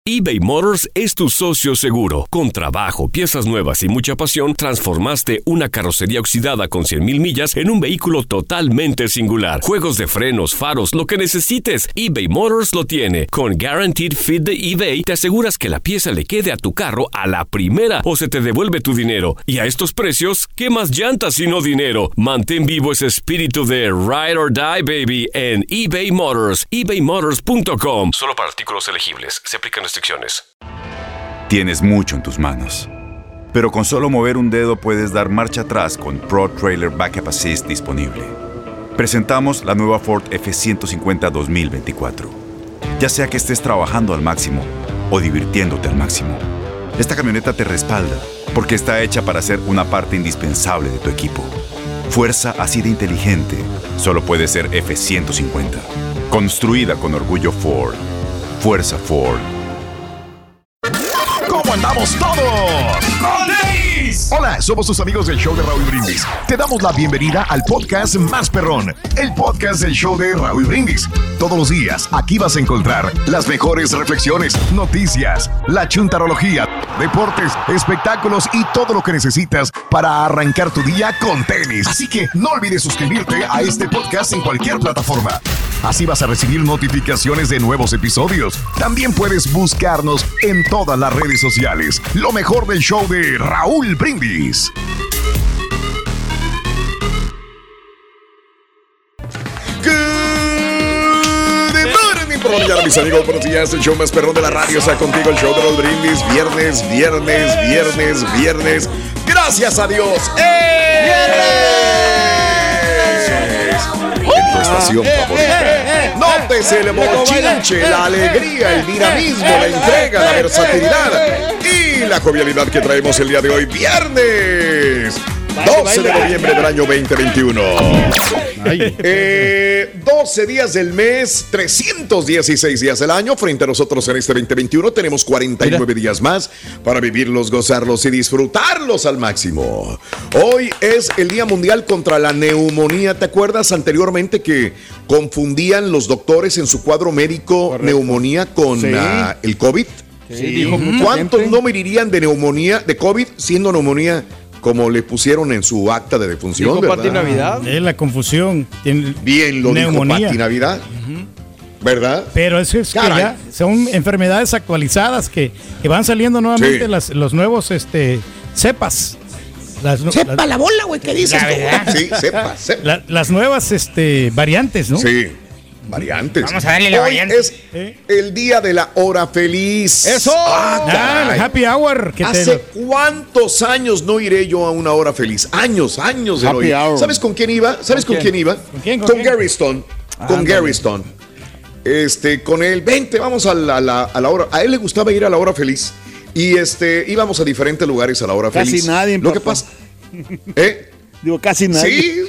eBay Motors es tu socio seguro. Con trabajo, piezas nuevas y mucha pasión, transformaste una carrocería oxidada con 100,000 millas en un vehículo totalmente singular. Juegos de frenos, faros, lo que necesites, eBay Motors lo tiene. Con Guaranteed Fit de eBay, te aseguras que la pieza le quede a tu carro a la primera o se te devuelve tu dinero. Y a estos precios, ¿qué más llantas sino dinero? Mantén vivo ese espíritu de Ride or Die, baby, en eBay Motors. ebaymotors.com. Solo para artículos elegibles. Se aplican restricciones. Tienes mucho en tus manos, pero con solo mover un dedo puedes dar marcha atrás con Pro Trailer Backup Assist disponible. Presentamos la nueva Ford F-150 2024. Ya sea que estés trabajando al máximo o divirtiéndote al máximo, esta camioneta te respalda porque está hecha para ser una parte indispensable de tu equipo. Fuerza así de inteligente solo puede ser F-150. Construida con orgullo Ford. Fuerza Ford. ¿Cómo andamos todos? Hola, somos tus amigos del show de Raúl Brindis. Te damos la bienvenida al podcast más perrón, el podcast del show de Raúl Brindis. Todos los días aquí vas a encontrar las mejores reflexiones, noticias, la chuntarología, deportes, espectáculos y todo lo que necesitas para arrancar tu día con tenis. Así que no olvides suscribirte a este podcast en cualquier plataforma. Así vas a recibir notificaciones de nuevos episodios. También puedes buscarnos en todas las redes sociales. Lo mejor del show de Raúl Brindis. Ya, mis amigos, buenos días. El show más perrón de la radio está contigo. El show de Raúl Brindis. Viernes. Gracias a Dios. En tu estación favorita. Nótese el bochinche, la alegría, el dinamismo, la entrega, la versatilidad y la jovialidad que traemos el día de hoy, viernes 12 de noviembre del año 2021. 12 días del mes, 316 días del año. Frente a nosotros en este 2021 tenemos 49 días más para vivirlos, gozarlos y disfrutarlos al máximo. Hoy es el Día Mundial contra la Neumonía. ¿Te acuerdas anteriormente que confundían los doctores en su cuadro médico neumonía con el COVID? Sí, dijo ¿Cuántos no morirían de neumonía, de COVID, siendo neumonía como le pusieron en su acta de defunción? Dijo Pati Navidad. Es la confusión. Bien lo neumonía. Dijo Pati Navidad. ¿Verdad? Pero eso es que ya son enfermedades actualizadas que van saliendo nuevamente los nuevos cepas. Sepa la bola, güey, ¿qué dices tú? Sí, sepa. Las nuevas variantes, ¿no? Sí. Variantes. Vamos a darle la variante. Es el día de la hora feliz. ¡Eso! El happy hour. ¿Hace cuántos años no iré yo a una hora feliz? Años de no ir. ¿Sabes con quién iba? Con Gary Stone. Con Gary Stone. Con él, vente, vamos a la hora. A él le gustaba ir a la hora feliz. Y íbamos a diferentes lugares a la hora feliz. Casi nadie. Lo que pasa. Digo, casi nadie.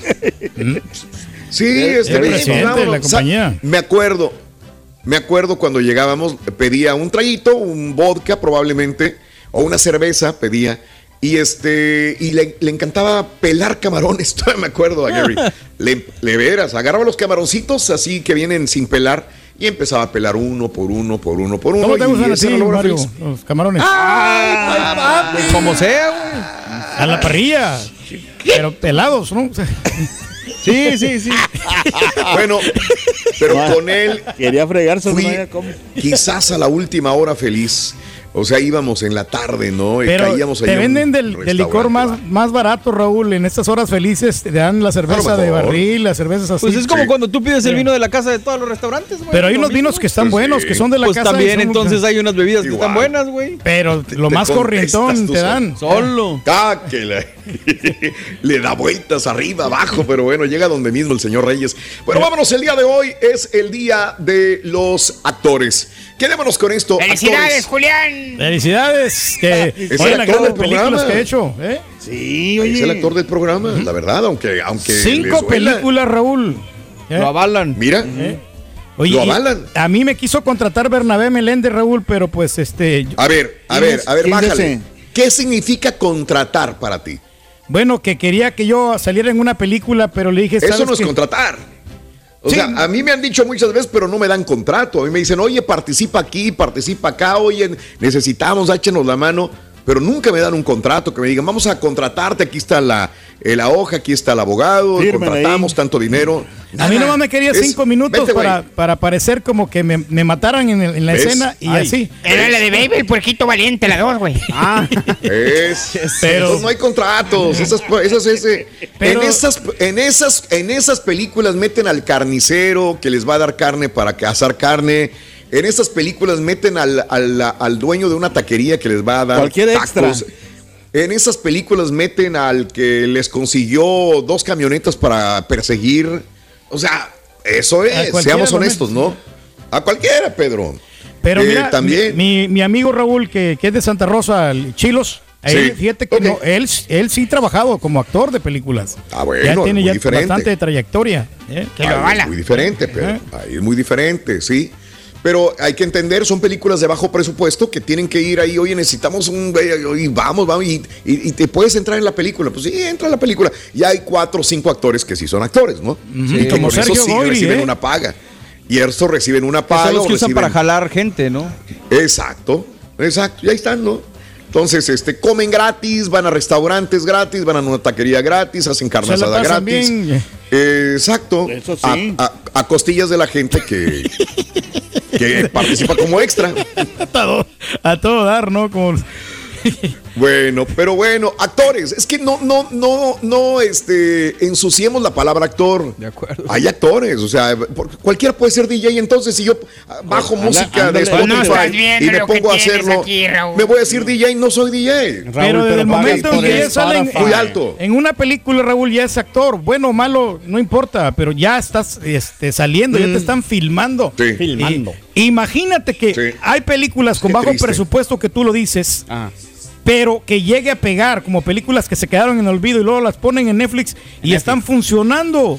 Sí, presidente de la compañía. Me acuerdo cuando llegábamos, pedía un traguito, un vodka probablemente, o una cerveza pedía, y le encantaba pelar camarones. Todavía me acuerdo a Gary. Le veras, agarraba los camaroncitos así que vienen sin pelar y empezaba a pelar uno por uno. ¿Cómo te gustan a ti, Mario, los camarones? Como sea, güey. A la parrilla. Pero pelados, ¿no? Sí. Bueno, pero con él quería fregarse, quizás a la última hora feliz. O sea, íbamos en la tarde, ¿no? Y pero caíamos ahí. Te venden del licor más barato, Raúl. En estas horas felices te dan la cerveza de barril, las cervezas así. Pues es como cuando tú pides el vino de la casa de todos los restaurantes, güey. Pero hay unos vinos que están buenos, que son de la casa. Pues también entonces hay unas bebidas que están buenas, güey. Pero lo más corrientón te dan. Solo. Que le da vueltas arriba, abajo, pero bueno, llega donde mismo el señor Reyes. Bueno, vámonos, el día de hoy es el día de los actores. Quedémonos con esto. ¡Felicidades, Julián! ¡Felicidades! Que es el actor del programa. Que he hecho, Sí, oye. Es el actor del programa, la verdad, aunque 5 películas, Raúl. Lo avalan. Mira. Oye, lo avalan. A mí me quiso contratar Bernabé Meléndez, Raúl, pero pues A ver, bájale. ¿Qué significa contratar para ti? Bueno, que quería que yo saliera en una película, pero le dije... Eso no es contratar. O sea, a mí me han dicho muchas veces, pero no me dan contrato. A mí me dicen, oye, participa aquí, participa acá, oye, necesitamos, échenos la mano. Pero nunca me dan un contrato que me digan, vamos a contratarte, aquí está la hoja, aquí está el abogado, contratamos tanto dinero. A mí nomás me quería 5 minutos para parecer como que me mataran en la escena y así. Era la de Baby, el puerquito valiente, la 2, güey. Pero no hay contratos. En esas películas meten al carnicero que les va a dar carne para asar carne. En estas películas meten al dueño de una taquería que les va a dar cualquier tacos. Extra. En esas películas meten al que les consiguió 2 camionetas para perseguir. O sea, eso es, seamos honestos, ¿no? A cualquiera, Pedro. Pero mira, también mi amigo Raúl, que es de Santa Rosa, Chilos, fíjate que él sí ha trabajado como actor de películas. Bueno, ya tiene ya diferente. Bastante trayectoria. Que lo avala. Es muy diferente, Pedro. Ahí es muy diferente, sí. Pero hay que entender, son películas de bajo presupuesto que tienen que ir ahí, oye, necesitamos y vamos, y te puedes entrar en la película. Pues sí, entra en la película. Y hay 4 o 5 actores que sí son actores, ¿no? Y como Sergio eso sí Goyri, reciben una paga. Y estos reciben una paga. Son los que usan para jalar gente, ¿no? Exacto, y ahí están, ¿no? Entonces, comen gratis, van a restaurantes gratis, van a una taquería gratis, hacen carne asada gratis. Bien. Exacto. Eso sí. A costillas de la gente que participa como extra. A todo dar, ¿no? Como... Bueno, actores, es que no ensuciemos la palabra actor. De acuerdo. Hay actores, o sea, cualquiera puede ser DJ, entonces si yo bajo música de Spotify y me pongo a hacerlo, me voy a decir DJ, no soy DJ. Raúl, pero desde el momento en que salen muy alto. En una película, Raúl, ya es actor, bueno o malo, no importa, pero ya estás saliendo, ya te están filmando. Sí. Filmando. Imagínate que hay películas con bajo presupuesto que tú lo dices. Pero que llegue a pegar, como películas que se quedaron en el olvido y luego las ponen en Netflix y están funcionando.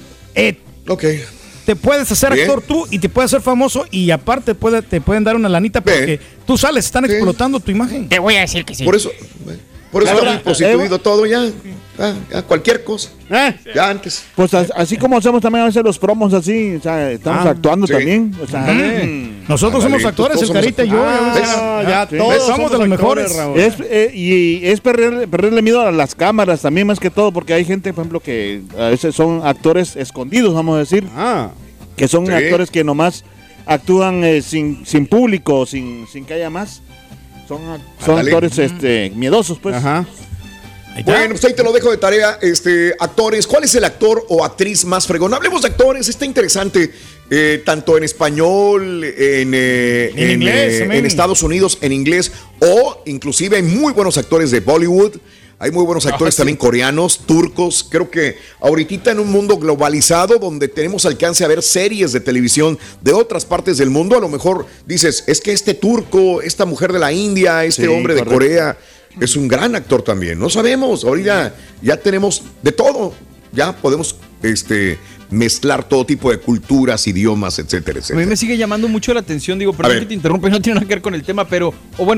Te puedes hacer actor tú y te puedes hacer famoso y aparte te pueden dar una lanita porque tú sales, están explotando tu imagen. Te voy a decir que sí. Por eso está muy prostituido todo ya. Cualquier cosa. Ya antes. Pues así como hacemos también a veces los promos así, o sea, estamos actuando también. O sea, nosotros somos actores, el Carita y yo. Ya todos somos de los mejores. Y es perderle miedo a las cámaras también más que todo, porque hay gente, por ejemplo, que a veces son actores escondidos, vamos a decir. Que son actores que nomás actúan sin público, sin que haya más. Son actores miedosos, pues. Bueno, pues ahí te lo dejo de tarea. Actores, ¿cuál es el actor o actriz más fregón? Hablemos de actores, está interesante. Tanto en español, en inglés, en Estados Unidos, en inglés, o inclusive hay muy buenos actores de Bollywood. Hay muy buenos actores también coreanos, turcos. Creo que ahorita en un mundo globalizado donde tenemos alcance a ver series de televisión de otras partes del mundo, a lo mejor dices, es que este turco, esta mujer de la India, hombre de Corea, es un gran actor también. No sabemos, ahorita ya tenemos de todo. Ya podemos mezclar todo tipo de culturas, idiomas, etcétera, etcétera. A mí me sigue llamando mucho la atención, digo, perdón que te interrumpa, no tiene nada que ver con el tema, pero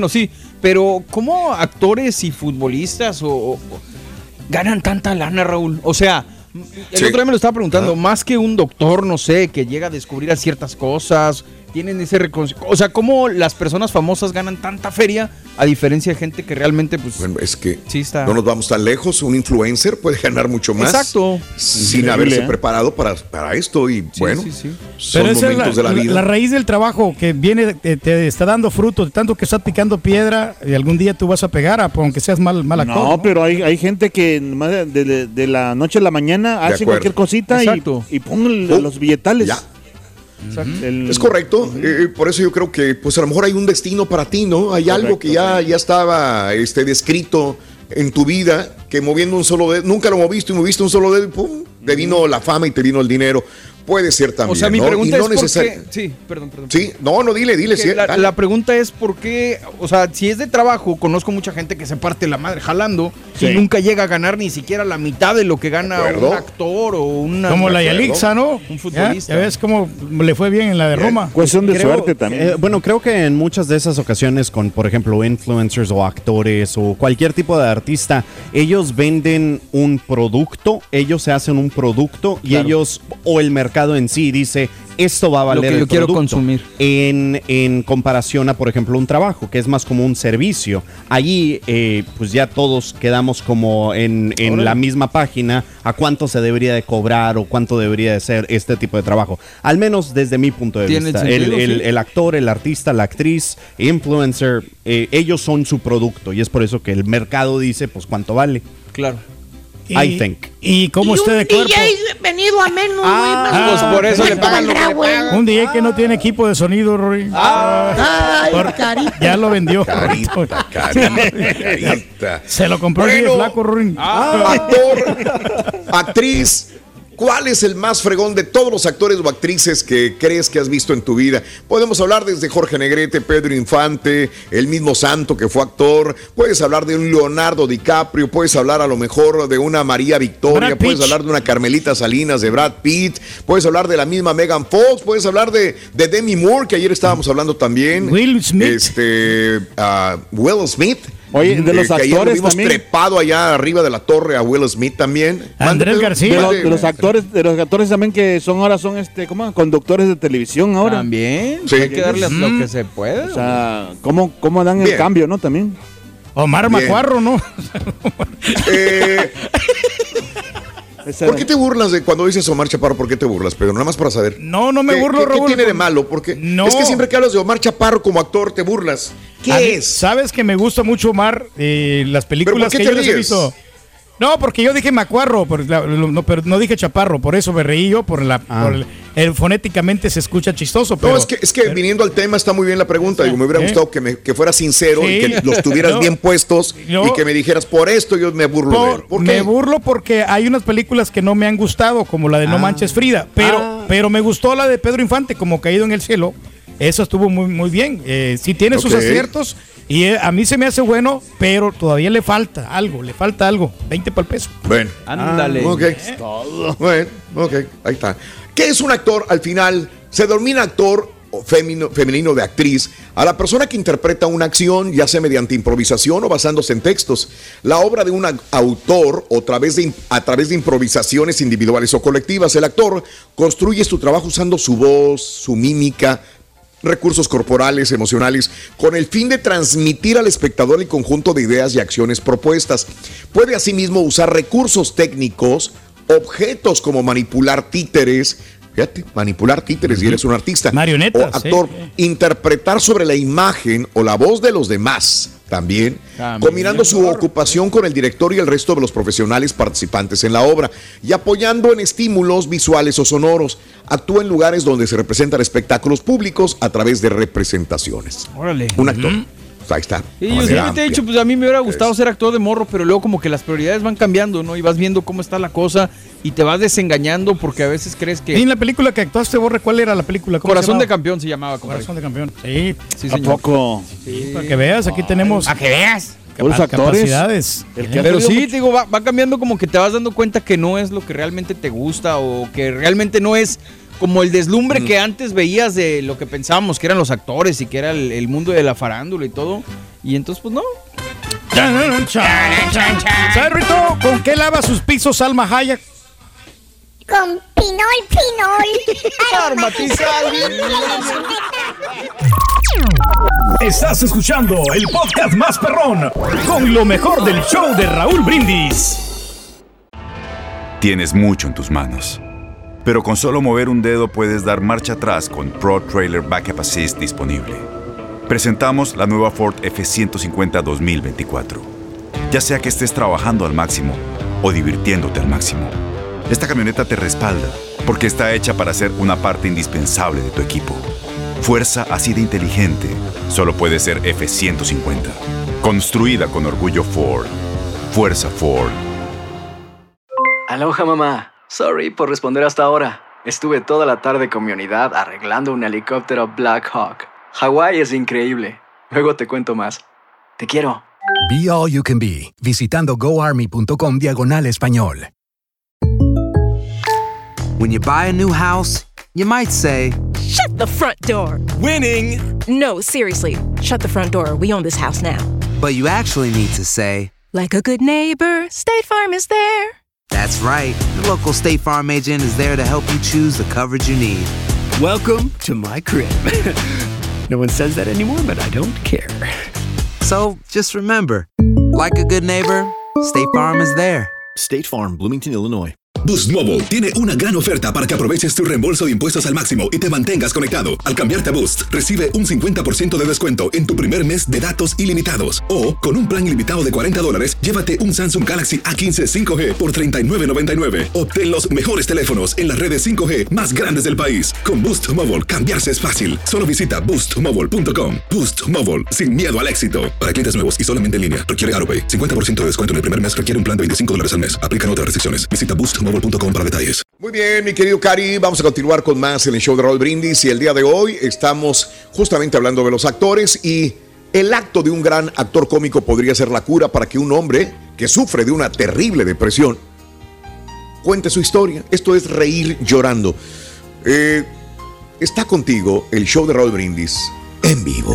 ¿cómo actores y futbolistas ganan tanta lana, Raúl? O sea, el otro día me lo estaba preguntando, más que un doctor, no sé, que llega a descubrir ciertas cosas, tienen ese reconocimiento. O sea, ¿cómo las personas famosas ganan tanta feria a diferencia de gente que realmente, pues... Bueno, es que no nos vamos tan lejos. Un influencer puede ganar mucho más. Exacto. Sin haberse preparado para esto. Y son momentos de la vida. La raíz del trabajo que viene, te está dando fruto, de tanto que estás picando piedra, y algún día tú vas a pegar, aunque seas mal actor. No, pero hay gente que de la noche a la mañana hace cualquier cosita y ponen los billetales. Ya. Es correcto, por eso yo creo que pues a lo mejor hay un destino para ti, ¿no? Hay algo que ya estaba descrito en tu vida, que moviendo un solo dedo, nunca lo moviste y moviste un solo dedo y pum, te vino la fama y te vino el dinero. Puede ser también. O sea, mi pregunta es por qué. Sí, perdón. Sí, dile. Sí, la pregunta es por qué, o sea, si es de trabajo, conozco mucha gente que se parte la madre jalando y nunca llega a ganar ni siquiera la mitad de lo que gana un actor o una. Como la Yalixa, ¿no? Un futbolista. Ya ves cómo le fue bien en la de Roma. Cuestión de suerte también. Creo que en muchas de esas ocasiones con, por ejemplo, influencers o actores o cualquier tipo de artista, ellos venden un producto, ellos se hacen un producto y ellos, o el mercado mercado en sí dice, esto va a valer lo que yo quiero consumir. En comparación a, por ejemplo, un trabajo, que es más como un servicio. Allí, pues ya todos quedamos como en la misma página a cuánto se debería de cobrar o cuánto debería de ser este tipo de trabajo. Al menos desde mi punto de vista. El actor, el artista, la actriz, influencer, ellos son su producto y es por eso que el mercado dice, pues, cuánto vale. Claro. I think. ¿Y cómo usted de cuerpo? DJ venido a menos, pues por eso le pagan lo que le pagan. Un DJ que no tiene equipo de sonido, Rory. Ay, carita. Ya lo vendió. Carita. Se lo compró el DJ flaco, Rory. Actor, actriz. ¿Cuál es el más fregón de todos los actores o actrices que crees que has visto en tu vida? Podemos hablar desde Jorge Negrete, Pedro Infante, el mismo Santo que fue actor. Puedes hablar de un Leonardo DiCaprio. Puedes hablar a lo mejor de una María Victoria. Puedes hablar de una Carmelita Salinas, de Brad Pitt. Puedes hablar de la misma Megan Fox. Puedes hablar de Demi Moore, que ayer estábamos hablando también. Will Smith. Will Smith. Oye, de los que actores vimos también. Trepado allá arriba de la torre a Will Smith también. Andrés García. De los actores también que ahora son ¿cómo? Conductores de televisión ahora. También. Sí. Hay que darle lo que se puede. O sea, ¿cómo dan el cambio, no? También. Omar Macuarro, ¿no? ¿Por qué te burlas de cuando dices Omar Chaparro? ¿Por qué te burlas, Pedro? Nada más para saber. No me burlo, Raúl. ¿Qué tiene de malo? Porque es que siempre que hablas de Omar Chaparro como actor te burlas. ¿Qué es? Sabes que me gusta mucho Omar, las películas que yo les he visto. No, porque yo dije Macuarro, pero no dije Chaparro, por eso me reí yo, fonéticamente se escucha chistoso. Pero, no, es que viniendo al tema está muy bien la pregunta. Digo, me hubiera gustado que fueras sincero y que los tuvieras bien puestos y que me dijeras, por esto yo me burlo de él. ¿Por qué? Me burlo porque hay unas películas que no me han gustado, como la de No Manches Frida, pero me gustó la de Pedro Infante, como Caído en el Cielo. Eso estuvo muy, muy bien. Sí tiene sus aciertos y a mí se me hace bueno, pero todavía le falta algo. 20 para el peso. Bueno. Ándale. Ok. Bueno, ok. Ahí está. ¿Qué es un actor? Al final, se denomina actor o femenino de actriz a la persona que interpreta una acción, ya sea mediante improvisación o basándose en textos. La obra de un autor o a través de improvisaciones individuales o colectivas. El actor construye su trabajo usando su voz, su mímica, recursos corporales, emocionales, con el fin de transmitir al espectador el conjunto de ideas y acciones propuestas. Puede asimismo usar recursos técnicos, objetos como manipular títeres, y eres un artista. Marioneta. O actor, interpretar sobre la imagen o la voz de los demás. También, combinando su ocupación con el director y el resto de los profesionales participantes en la obra y apoyando en estímulos visuales o sonoros. Actúa en lugares donde se representan espectáculos públicos a través de representaciones. Órale. Un actor. Ahí está. Y yo siempre te he dicho, pues a mí me hubiera gustado ser actor de morro, pero luego como que las prioridades van cambiando, ¿no? Y vas viendo cómo está la cosa y te vas desengañando porque a veces crees que... ¿Y en la película que actuaste, Borre, cuál era la película? Corazón de Campeón se llamaba. Corazón de Campeón. Sí. ¿A poco? Sí, para que veas, aquí tenemos... Para que veas. Capacidades. Pero sí, te digo, va cambiando, como que te vas dando cuenta que no es lo que realmente te gusta o que realmente no es como el deslumbre que antes veías de lo que pensábamos que eran los actores y que era el mundo de la farándula y todo. Y entonces, pues no. ¿Sabes, Rito? ¿Con qué lava sus pisos Salma Hayek? Con Pinol. Estás escuchando el podcast más perrón con lo mejor del show de Raúl Brindis. Tienes mucho en tus manos, pero con solo mover un dedo puedes dar marcha atrás con Pro Trailer Backup Assist disponible. Presentamos la nueva Ford F-150 2024. Ya sea que estés trabajando al máximo o divirtiéndote al máximo, esta camioneta te respalda porque está hecha para ser una parte indispensable de tu equipo. Fuerza así de inteligente solo puede ser F-150. Construida con orgullo Ford. Fuerza Ford. Aloha, mamá. Sorry por responder hasta ahora. Estuve toda la tarde con mi unidad arreglando un helicóptero Black Hawk. Hawái es increíble. Luego te cuento más. Te quiero. Be All You Can Be, visitando goarmy.com/español. When you buy a new house, you might say, "Shut the front door." Winning! No, seriously. Shut the front door. We own this house now. But you actually need to say, like a good neighbor, State Farm is there. That's right. The local State Farm agent is there to help you choose the coverage you need. Welcome to my crib. No one says that anymore, but I don't care. So, just remember, like a good neighbor, State Farm is there. State Farm, Bloomington, Illinois. Boost Mobile tiene una gran oferta para que aproveches tu reembolso de impuestos al máximo y te mantengas conectado. Al cambiarte a Boost, recibe un 50% de descuento en tu primer mes de datos ilimitados. O, con un plan ilimitado de $40, llévate un Samsung Galaxy A15 5G por $39.99. Obtén los mejores teléfonos en las redes 5G más grandes del país. Con Boost Mobile, cambiarse es fácil. Solo visita boostmobile.com. Boost Mobile, sin miedo al éxito. Para clientes nuevos y solamente en línea, requiere AutoPay. 50% de descuento en el primer mes requiere un plan de $25 al mes. Aplican otras restricciones. Visita boostmobile.com para detalles. Muy bien, mi querido Cari, vamos a continuar con más en el show de Raúl Brindis y el día de hoy estamos justamente hablando de los actores y el acto de un gran actor cómico podría ser la cura para que un hombre que sufre de una terrible depresión cuente su historia. Esto es reír llorando. Está contigo el show de Raúl Brindis en vivo.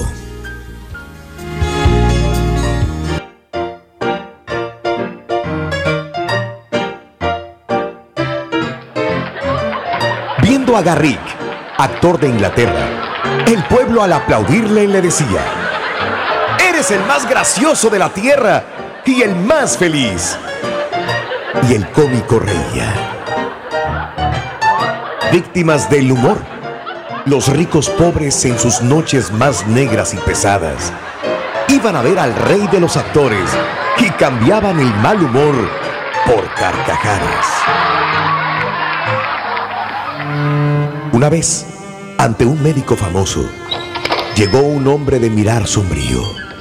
A Garrick, actor de Inglaterra, el pueblo al aplaudirle le decía: eres el más gracioso de la tierra y el más feliz. Y el cómico reía. Víctimas del humor, los ricos pobres en sus noches más negras y pesadas iban a ver al rey de los actores y cambiaban el mal humor por carcajadas. Una vez, ante un médico famoso, llegó un hombre de mirar sombrío.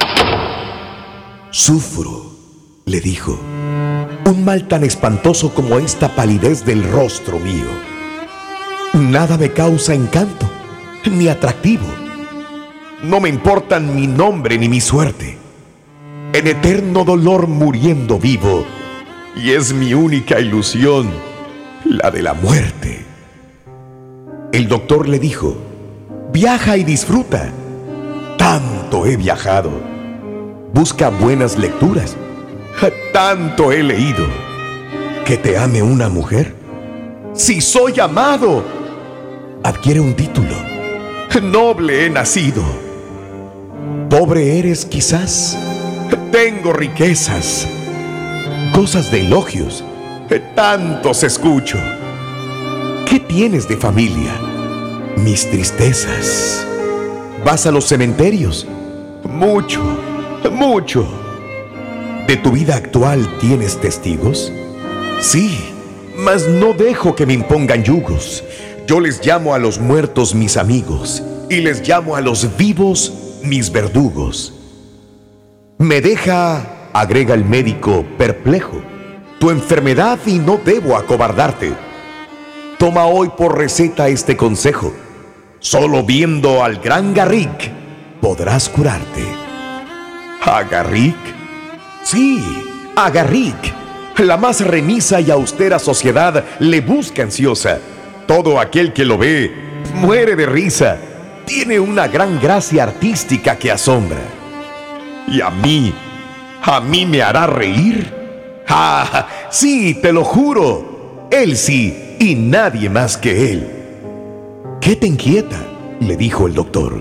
Sufro, le dijo, un mal tan espantoso como esta palidez del rostro mío. Nada me causa encanto, ni atractivo. No me importan mi nombre ni mi suerte. En eterno dolor muriendo vivo, y es mi única ilusión, la de la muerte. El doctor le dijo: viaja y disfruta. Tanto he viajado. Busca buenas lecturas. Tanto he leído. ¿Que te ame una mujer? Si soy amado. Adquiere un título. Noble he nacido. Pobre eres quizás. Tengo riquezas. Cosas de elogios. Tantos escucho. ¿Qué tienes de familia? Mis tristezas. ¿Vas a los cementerios? Mucho, mucho. ¿De tu vida actual tienes testigos? Sí, mas no dejo que me impongan yugos. Yo les llamo a los muertos mis amigos y les llamo a los vivos mis verdugos. Me deja, agrega el médico, perplejo, tu enfermedad y no debo acobardarte. Toma hoy por receta este consejo. Solo viendo al gran Garrick podrás curarte. ¿A Garrick? Sí, a Garrick. La más remisa y austera sociedad le busca ansiosa. Todo aquel que lo ve muere de risa. Tiene una gran gracia artística que asombra. ¿Y a mí me hará reír? ¡Ah, sí, te lo juro! Él sí. Y nadie más que él. ¿Qué te inquieta?, le dijo el doctor.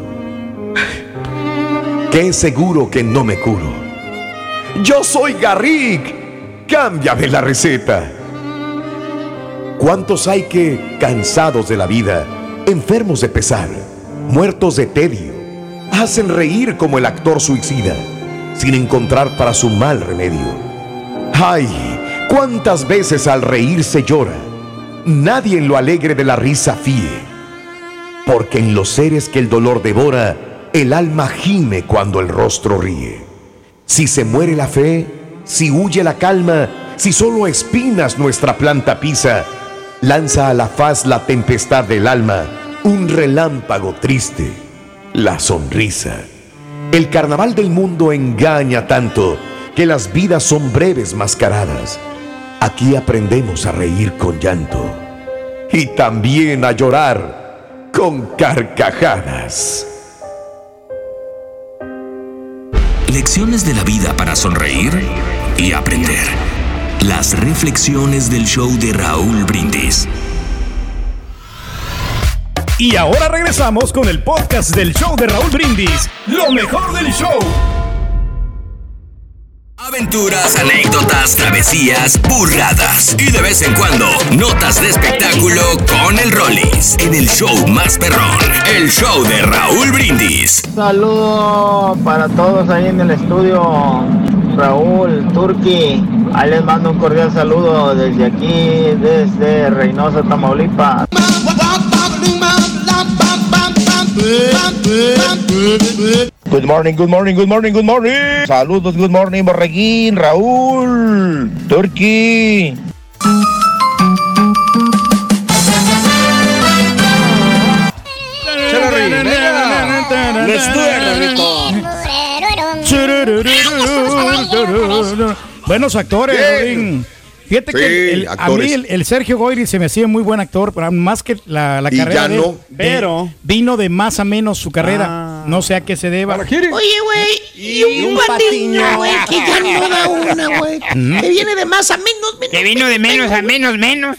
Qué seguro que no me curo. Yo soy Garrick. Cámbiame la receta. ¿Cuántos hay que, cansados de la vida, enfermos de pesar, muertos de tedio, hacen reír como el actor suicida, sin encontrar para su mal remedio? ¡Ay! ¿Cuántas veces al reír se llora? Nadie en lo alegre de la risa fíe, porque en los seres que el dolor devora, el alma gime cuando el rostro ríe. Si se muere la fe, si huye la calma, si solo espinas nuestra planta pisa, lanza a la faz la tempestad del alma, un relámpago triste, la sonrisa. El carnaval del mundo engaña tanto que las vidas son breves mascaradas. Aquí aprendemos a reír con llanto y también a llorar con carcajadas. Lecciones de la vida para sonreír y aprender. las reflexiones del show de Raúl Brindis. Y ahora regresamos con el podcast del show de Raúl Brindis, lo mejor del show. Aventuras, anécdotas, travesías, burradas y de vez en cuando notas de espectáculo con el Rollis en el show más perrón, el show de Raúl Brindis. Saludos para todos ahí en el estudio, Raúl, Turki. Ahí les mando un cordial saludo desde aquí, desde Reynosa, Tamaulipas. Good morning, good morning, good morning, good morning. Saludos, good morning, Borreguín, Raúl, Turki. Buenos actores, Rodín. Fíjate que a mí el Sergio Goyri se me hacía muy buen actor, pero más que la carrera de él, pero vino de más a menos su carrera. No sé a qué se deba. Oye, güey, y un patiño, güey, que ya no da una, güey. Que viene de más a menos. Que vino de menos a menos.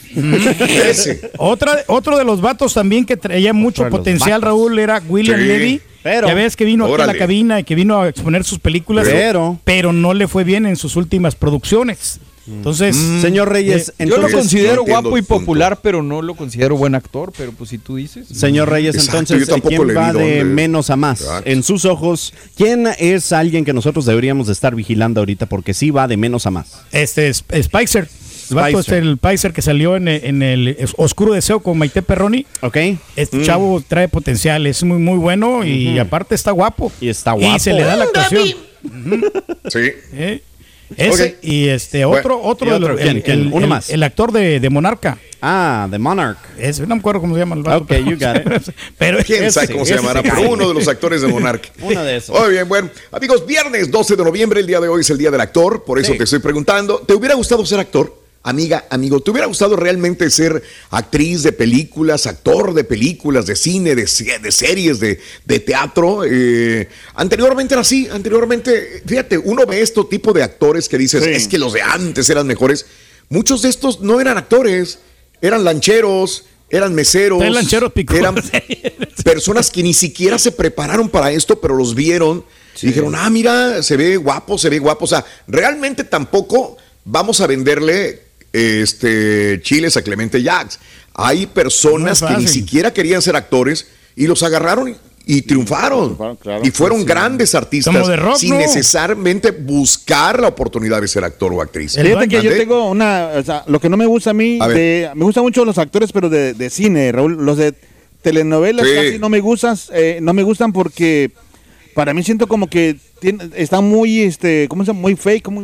Otro de los vatos también que traía mucho potencial, Raúl, era William Levy. Pero, ya ves que vino aquí a la cabina y que vino a exponer sus películas, pero no le fue bien en sus últimas producciones. Entonces, señor Reyes, yo lo considero guapo y popular, pero no lo considero buen actor, pero pues si tú dices. Señor Reyes, entonces, ¿quién va de menos a más? Exacto. En sus ojos, ¿quién es alguien que nosotros deberíamos de estar vigilando ahorita? Porque sí va de menos a más. Spicer. El vato es el Spicer que salió en el Oscuro Deseo con Maite Perroni. Ok. Este chavo trae potencial, es muy, muy bueno y aparte está guapo. Y está guapo. Y se le da la actuación. Sí. Ese y otro de los uno más. El actor de Monarca. Ah, de Monarch. No me acuerdo cómo se llama el vato. Ok, you got it. Pero quién sabe cómo se llamará, pero uno de los actores de Monarch. Uno de esos. Muy bien, bueno. Amigos, viernes 12 de noviembre, el día de hoy es el día del actor, por eso te estoy preguntando, ¿te hubiera gustado ser actor? Amiga, amigo, ¿te hubiera gustado realmente ser actriz de películas, actor de películas, de cine, de series, de teatro? Anteriormente era así, fíjate, uno ve este tipo de actores que dices, es que los de antes eran mejores. Muchos de estos no eran actores, eran lancheros, eran meseros, eran personas que ni siquiera se prepararon para esto, pero los vieron y dijeron, mira, se ve guapo. O sea, realmente tampoco vamos a venderle chiles a Clemente Jacks. Hay personas que ni siquiera querían ser actores y los agarraron y triunfaron. Claro, y fueron grandes artistas sin necesariamente buscar la oportunidad de ser actor o actriz. Fíjate que yo tengo lo que no me gusta a mí, me gustan mucho los actores, pero de cine, Raúl. Los de telenovelas casi no me gustan porque para mí siento como que están muy, ¿cómo se llama? Muy fake, ¿cómo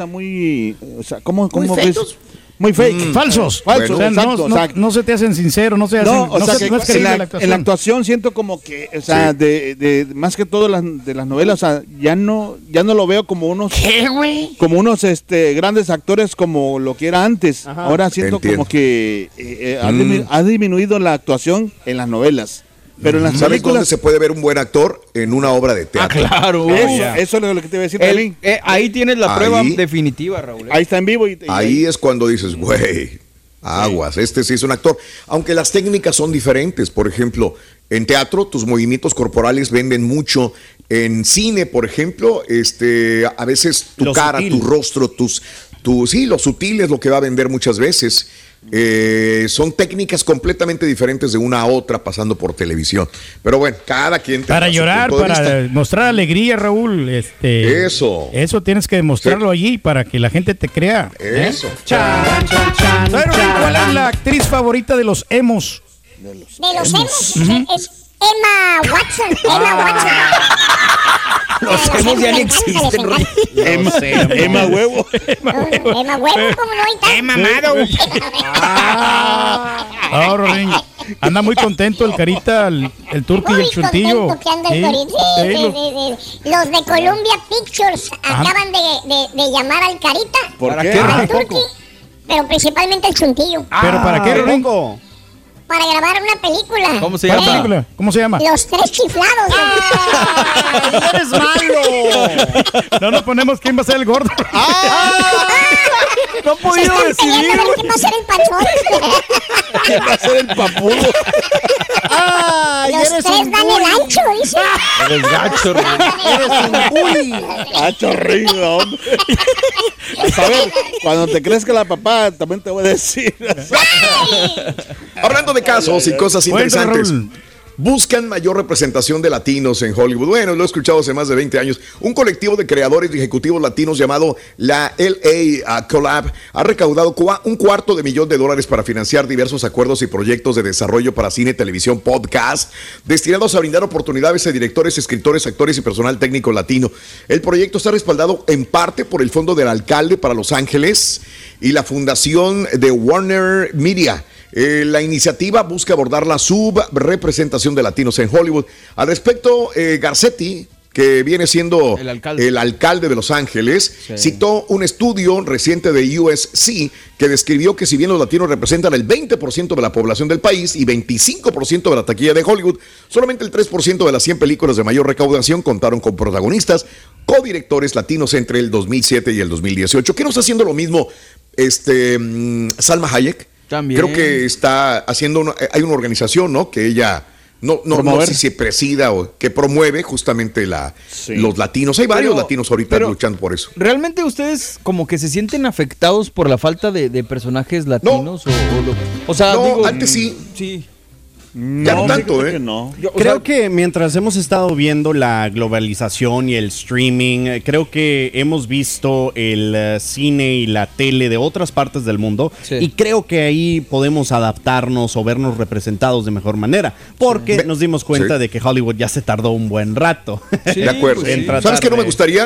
ves? Muy fake. Falsos. Bueno, o sea, exacto. No se te hacen sincero, no es creíble la actuación. En la actuación siento como que, de más que todo de las novelas, o sea, ya no lo veo como unos grandes actores como lo que era antes. Ajá. Ahora siento como que ha disminuido la actuación en las novelas. Pero en las ¿sabes dónde se puede ver un buen actor? En una obra de teatro. Claro. Eso es lo que te iba a decir también. Ahí tienes la prueba definitiva, Raúl. Ahí está en vivo. Ahí es cuando dices, güey, aguas, este sí es un actor. Aunque las técnicas son diferentes. Por ejemplo, en teatro tus movimientos corporales venden mucho. En cine, por ejemplo, a veces tu cara, tu rostro, lo sutil es lo que va a vender muchas veces. Son técnicas completamente diferentes de una a otra pasando por televisión. Pero bueno, cada quien para llorar, para mostrar alegría, Raúl, eso tienes que demostrarlo allí para que la gente te crea. Eso. ¿Cuál es la actriz favorita de los emos? ¿De los emos? Es Emma Watson. Los emos ya no existen. Emma Huevo. Emma Huevo, ¿cómo no? Emma Amado. Anda muy contento el Carita, el Turqui y el Chuntillo. Los de Columbia Pictures acaban de llamar al Carita. ¿Para qué? Al Turqui, pero principalmente el Chuntillo. ¿Pero para qué, Ringo? Para grabar una película. ¿Cómo se llama? ¿Cómo se llama? Los Tres Chiflados. ¡Eres malo! No nos ponemos quién va a ser el gordo. No ha podido decidir. ¿Quién va a ser el panzón? ¿Quién va a ser el papudo? Los tres dan el ancho, dice. Eres gacho, Gacho horrible, hombre. A ver, cuando te crezca la papá, también te voy a decir. Hablando de casos y cosas interesantes. Buscan mayor representación de latinos en Hollywood. Bueno, lo he escuchado hace más de 20 años. Un colectivo de creadores y ejecutivos latinos llamado la LA Collab ha recaudado $250,000,000 para financiar diversos acuerdos y proyectos de desarrollo para cine, televisión, podcast, destinados a brindar oportunidades a directores, escritores, actores y personal técnico latino. El proyecto está respaldado en parte por el Fondo del Alcalde para Los Ángeles y la Fundación de Warner Media. La iniciativa busca abordar la subrepresentación de latinos en Hollywood. Al respecto, Garcetti, que viene siendo el alcalde de Los Ángeles, citó un estudio reciente de USC que describió que si bien los latinos representan el 20% de la población del país y 25% de la taquilla de Hollywood, solamente el 3% de las 100 películas de mayor recaudación contaron con protagonistas codirectores latinos entre el 2007 y el 2018. ¿Qué no está haciendo lo mismo Salma Hayek? También. Creo que está haciendo hay una organización, ¿no? Que ella no sé si presida o que promueve justamente los latinos. Hay varios latinos ahorita luchando por eso. ¿Realmente ustedes como que se sienten afectados por la falta de personajes latinos? O sea, digo, antes sí. Sí. Ya no tanto, ¿eh? No. Creo que mientras hemos estado viendo la globalización y el streaming, creo que hemos visto el cine y la tele de otras partes del mundo y creo que ahí podemos adaptarnos o vernos representados de mejor manera, porque nos dimos cuenta de que Hollywood ya se tardó un buen rato. Sí, de acuerdo. ¿Sabes qué no me gustaría?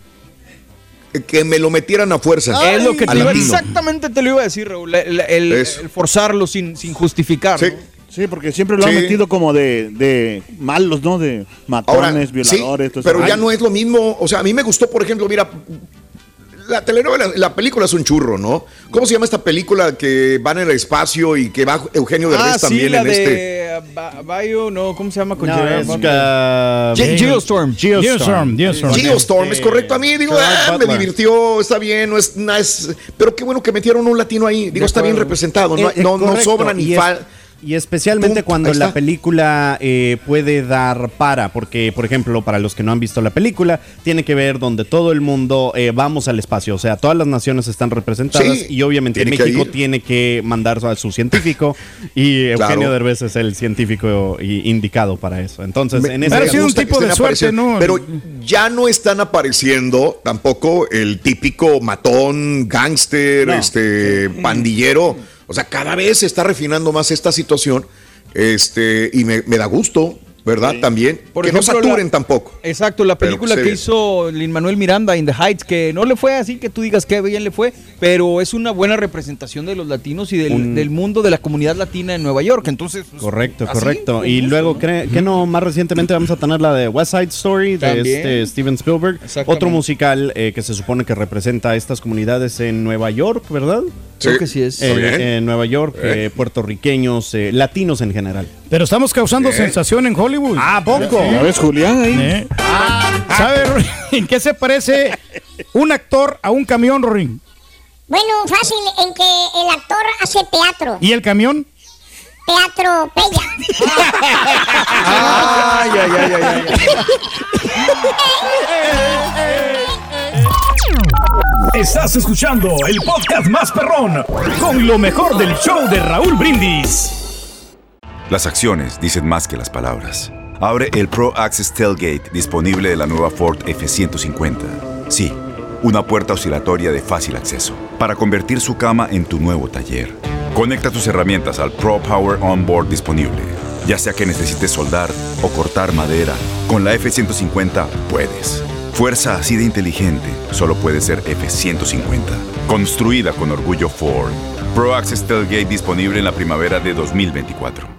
Que me lo metieran a fuerza. Es lo que exactamente te lo iba a decir, Raúl. El forzarlo sin justificar. Sí. ¿no? Sí, porque siempre lo han metido como de malos, ¿no? De matones, violadores. Sí, pero ya no es lo mismo. O sea, a mí me gustó, por ejemplo, mira, la telenovela, la película es un churro, ¿no? ¿Cómo se llama esta película que van en el espacio y que va Eugenio Derbez también la en de Bio, no, ¿cómo se llama? Geostorm. Geostorm, es correcto. A mí, digo, me divirtió, está bien, no es, pero qué bueno que metieron un latino ahí. Digo, está bien representado, no sobra ni falta. Y especialmente cuando la película puede dar porque, por ejemplo, para los que no han visto la película, tiene que ver donde todo el mundo vamos al espacio. O sea, todas las naciones están representadas y obviamente México tiene que mandar a su científico y Eugenio Derbez es el científico indicado para eso. Entonces, en ese caso, un tipo de suerte, ¿no? Pero ya no están apareciendo tampoco el típico matón, gángster, pandillero. O sea, cada vez se está refinando más esta situación y me da gusto, ¿verdad? Sí. También. Por ejemplo, no saturen tampoco. Exacto, la película que hizo Lin-Manuel Miranda, In the Heights, que no le fue así que tú digas que bien le fue, pero es una buena representación de los latinos y del mundo de la comunidad latina en Nueva York. Entonces, correcto. Y luego, que no, más recientemente vamos a tener la de West Side Story de Steven Spielberg. Otro musical que se supone que representa a estas comunidades en Nueva York, ¿verdad? Sí. Creo que sí es. En Nueva York, puertorriqueños, latinos en general. Pero estamos causando sensación en Hollywood. ¿Poco? ¿Ya ves, Julián? Ahí. ¿Sabes en qué se parece un actor a un camión, Rorín? Bueno, fácil, en que el actor hace teatro. ¿Y el camión? Teatro Pella. Ay. Estás escuchando el podcast más perrón con lo mejor del show de Raúl Brindis. Las acciones dicen más que las palabras. Abre el Pro Access Tailgate disponible de la nueva Ford F-150. Sí, una puerta oscilatoria de fácil acceso para convertir su cama en tu nuevo taller. Conecta tus herramientas al Pro Power Onboard disponible. Ya sea que necesites soldar o cortar madera, con la F-150 puedes. Fuerza así de inteligente solo puede ser F-150. Construida con orgullo Ford. Pro Access Tailgate disponible en la primavera de 2024.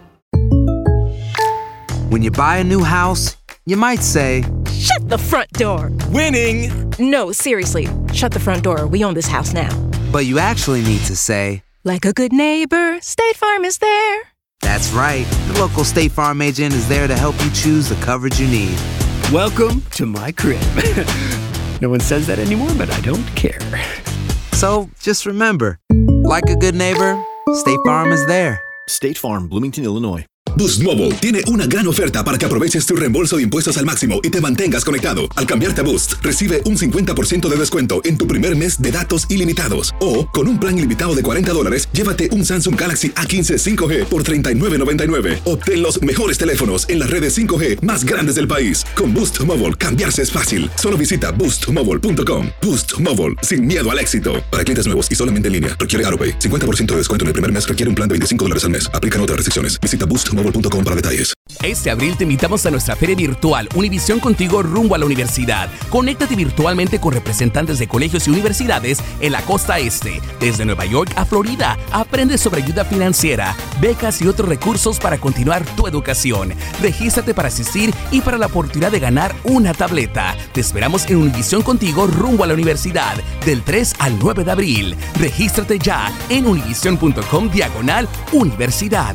When you buy a new house, you might say, "Shut the front door." Winning! No, seriously. Shut the front door. We own this house now. But you actually need to say, like a good neighbor, State Farm is there. That's right. The local State Farm agent is there to help you choose the coverage you need. Welcome to my crib. No one says that anymore, but I don't care. So just remember, like a good neighbor, State Farm is there. State Farm, Bloomington, Illinois. Boost Mobile tiene una gran oferta para que aproveches tu reembolso de impuestos al máximo y te mantengas conectado. Al cambiarte a Boost, recibe un 50% de descuento en tu primer mes de datos ilimitados. O, con un plan ilimitado de $40, llévate un Samsung Galaxy A15 5G por $39.99. Obtén los mejores teléfonos en las redes 5G más grandes del país. Con Boost Mobile, cambiarse es fácil. Solo visita boostmobile.com. Boost Mobile, sin miedo al éxito. Para clientes nuevos y solamente en línea, requiere AutoPay. 50% de descuento en el primer mes requiere un plan de $25 al mes. Aplican otras restricciones. Visita boostmobile.com para detalles. Este abril te invitamos a nuestra feria virtual Univisión Contigo rumbo a la universidad. Conéctate virtualmente con representantes de colegios y universidades en la costa este, desde Nueva York a Florida. Aprende sobre ayuda financiera, becas y otros recursos para continuar tu educación. Regístrate para asistir y para la oportunidad de ganar una tableta. Te esperamos en Univisión Contigo rumbo a la universidad del 3 al 9 de abril. Regístrate ya en univision.com/universidad.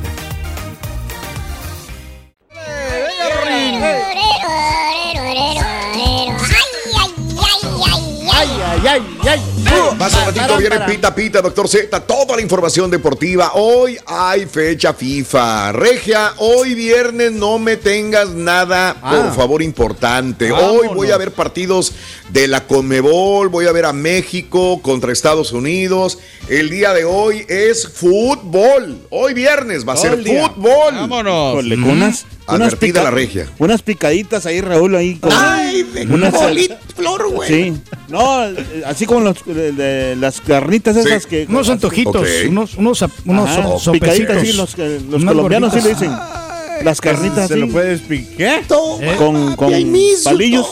Más un ratito viene Pita Pita, Doctor Z, toda la información deportiva. Hoy hay fecha FIFA. Regia, hoy viernes no me tengas nada, por favor, importante. Hoy voy a ver partidos de la Conmebol, voy a ver a México contra Estados Unidos. El día de hoy es fútbol. Hoy viernes va a ser fútbol. Vámonos. Con unas advertida la Regia. Unas picaditas ahí, Raúl, ahí. Ay, de coliflor, güey. Sí. No, así como las carnitas esas que... Unos antojitos, unos picaditas, sí, los colombianos sí le dicen. Las carnitas ¿Se lo puedes picar? Con palillos.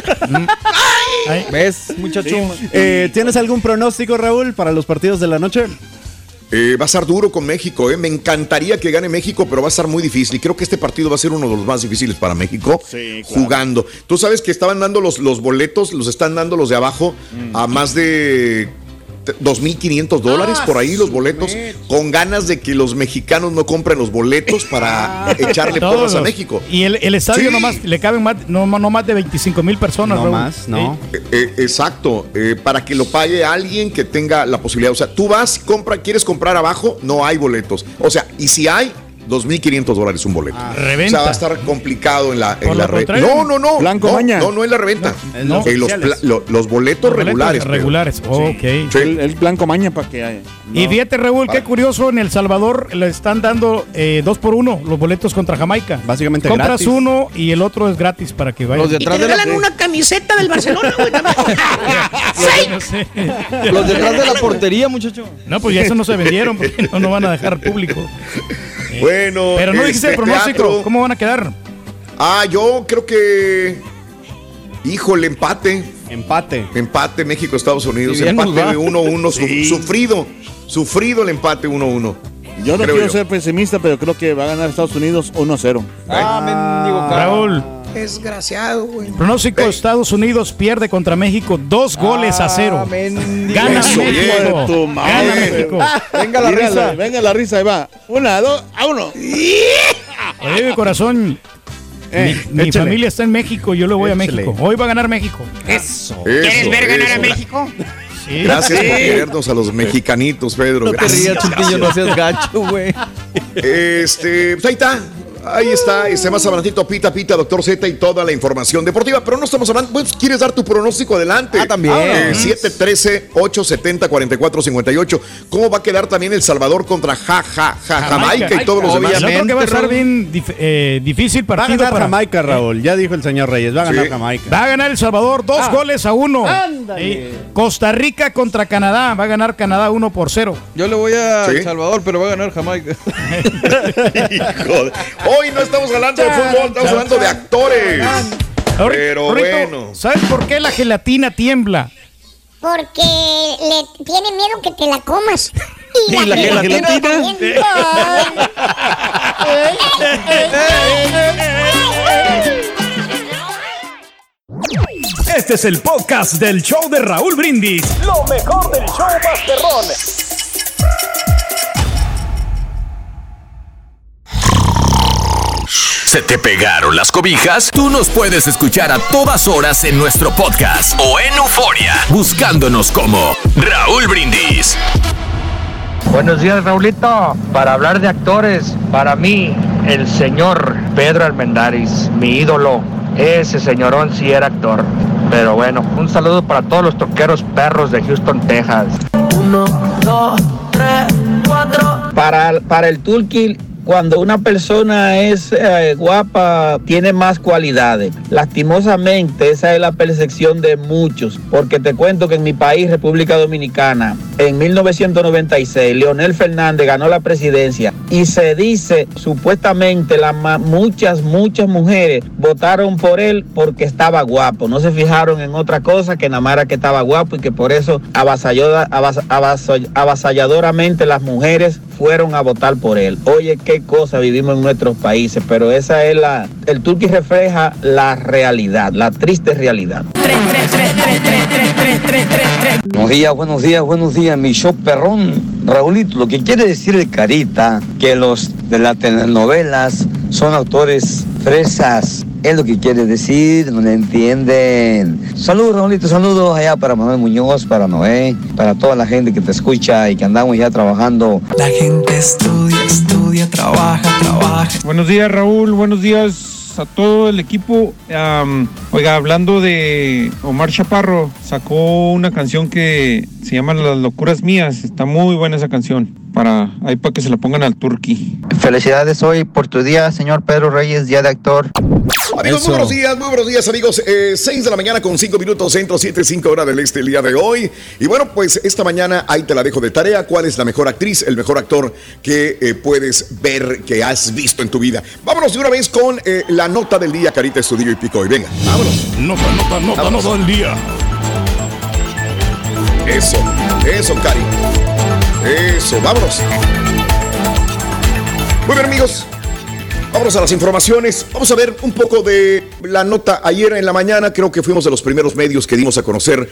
¿Ves, muchacho? ¿Tienes algún pronóstico, Raúl, para los partidos de la noche? Va a estar duro con México, Me encantaría que gane México, pero va a estar muy difícil. Y creo que este partido va a ser uno de los más difíciles para México. Sí, claro. Jugando. Tú sabes que estaban dando los boletos, los están dando los de abajo a más de $2,500 por ahí los boletos, con ganas de que los mexicanos no compren los boletos para echarle porras a México. Y el estadio nomás le caben no más de 25,000 personas. No más, no. Exacto, para que lo pague alguien que tenga la posibilidad. O sea, tú vas, quieres comprar abajo, no hay boletos. O sea, y si hay, $2,500 un boleto. Reventa. O sea, va a estar complicado en la red. No. Blanco Maña. No es la reventa. Los boletos regulares. Regulares, ok. Sí. El Blanco Maña para que haya. Y fíjate, Raúl, qué curioso, en El Salvador le están dando 2x1 los boletos contra Jamaica. Básicamente compras gratis. uno y el otro es gratis para que vayan. Y te regalan una camiseta del Barcelona, güey. Los detrás de la portería, muchacho. No, pues ya eso no se vendieron porque no van a dejar público. Bueno, pero no dijiste el pronóstico. Teatro. ¿Cómo van a quedar? Yo creo que... Híjole, empate. Empate, México-Estados Unidos. Sí, empate de 1-1. Sí. Sufrido el empate 1-1. Yo no quiero ser pesimista, pero creo que va a ganar Estados Unidos 1-0. Mendigo Raúl. Desgraciado, güey. Pronóstico: Estados Unidos pierde contra México 2-0. Gana México. Gana México. Venga la risa. Venga la risa, ahí va. 1, 2, 1. Oye, corazón. Mi familia está en México, yo le voy a México. Hoy va a ganar México. Eso. ¿Quieres ver ganar a México? Sí. Gracias por querernos a los mexicanitos, Pedro. No te rías, Chupillo, no seas gacho, güey. Pues ahí está. Más adelantito, Pita, Doctor Z y toda la información deportiva. Pero no estamos hablando. Pues, ¿quieres dar tu pronóstico? Adelante. También. 713-870-4458. ¿Cómo va a quedar también El Salvador contra Jamaica y todos los demás? Yo creo que va a estar bien difícil partido. Va a ganar Jamaica, Raúl. Ya dijo el señor Reyes. Va a ganar Jamaica. Va a ganar El Salvador 2-1. Costa Rica contra Canadá. Va a ganar Canadá 1-0. Yo le voy a El Salvador, pero va a ganar Jamaica. Hijo. Hoy no estamos hablando de fútbol, estamos hablando de actores. Pero bueno. ¿Sabes por qué la gelatina tiembla? Porque le tiene miedo que te la comas. ¿Y la gelatina? También. Este es el podcast del show de Raúl Brindis. Lo mejor del show Masterrón. ¿Se te pegaron las cobijas? Tú nos puedes escuchar a todas horas en nuestro podcast o en Euforia, buscándonos como Raúl Brindis. Buenos días, Raulito. Para hablar de actores, para mí, el señor Pedro Armendáriz, mi ídolo. Ese señorón sí era actor. Pero bueno, un saludo para todos los troqueros perros de Houston, Texas. 1, 2, 3, 4. Para el Turkey, cuando una persona es guapa, tiene más cualidades. Lastimosamente, esa es la percepción de muchos, porque te cuento que en mi país, República Dominicana, en 1996, Leonel Fernández ganó la presidencia y se dice, supuestamente, muchas mujeres votaron por él porque estaba guapo. No se fijaron en otra cosa que nada más era que estaba guapo y que por eso avasalladoramente las mujeres fueron a votar por él. Oye, qué cosa vivimos en nuestros países, pero esa es el Turkey refleja la realidad, la triste realidad. Buenos días, mi show perrón. Raulito, lo que quiere decir el Carita, que los de las telenovelas son autores fresas. Es lo que quiere decir, no le entienden. Saludos, Raulito, saludos allá para Manuel Muñoz, para Noé, para toda la gente que te escucha y que andamos ya trabajando. La gente estudia, trabaja. Buenos días, Raúl, buenos días a todo el equipo. Oiga, hablando de Omar Chaparro, sacó una canción que se llama Las Locuras Mías. Está muy buena esa canción. Para que se la pongan al Turkey. Felicidades hoy por tu día, señor Pedro Reyes, día de actor. Amigos, muy buenos días, amigos. 6 de la mañana con 5 minutos, centro, 7:05 hora del este el día de hoy. Y bueno, pues esta mañana ahí te la dejo de tarea. ¿Cuál es la mejor actriz, el mejor actor que puedes ver, que has visto en tu vida? Vámonos de una vez con la nota del día, Carita, Estudio y Pico. Y venga, vámonos. Nota del día. Eso, Cari. Eso, vámonos. Muy bien, amigos. Vámonos a las informaciones. Vamos a ver un poco de la nota. Ayer en la mañana creo que fuimos de los primeros medios que dimos a conocer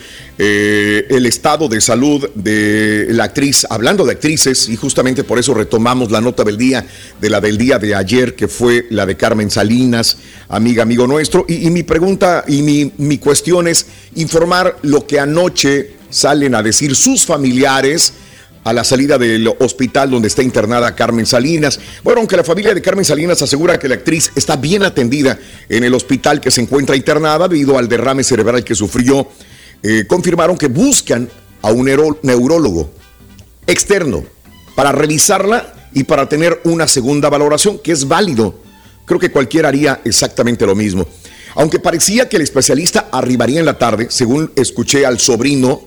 el estado de salud de la actriz, hablando de actrices, y justamente por eso retomamos la nota del día de ayer, que fue la de Carmen Salinas, amigo nuestro. Y mi pregunta y mi cuestión es informar lo que anoche salen a decir sus familiares a la salida del hospital donde está internada Carmen Salinas. Bueno, aunque la familia de Carmen Salinas asegura que la actriz está bien atendida en el hospital que se encuentra internada debido al derrame cerebral que sufrió, confirmaron que buscan a un neurólogo externo para revisarla y para tener una segunda valoración, que es válido. Creo que cualquiera haría exactamente lo mismo. Aunque parecía que el especialista arribaría en la tarde, según escuché al sobrino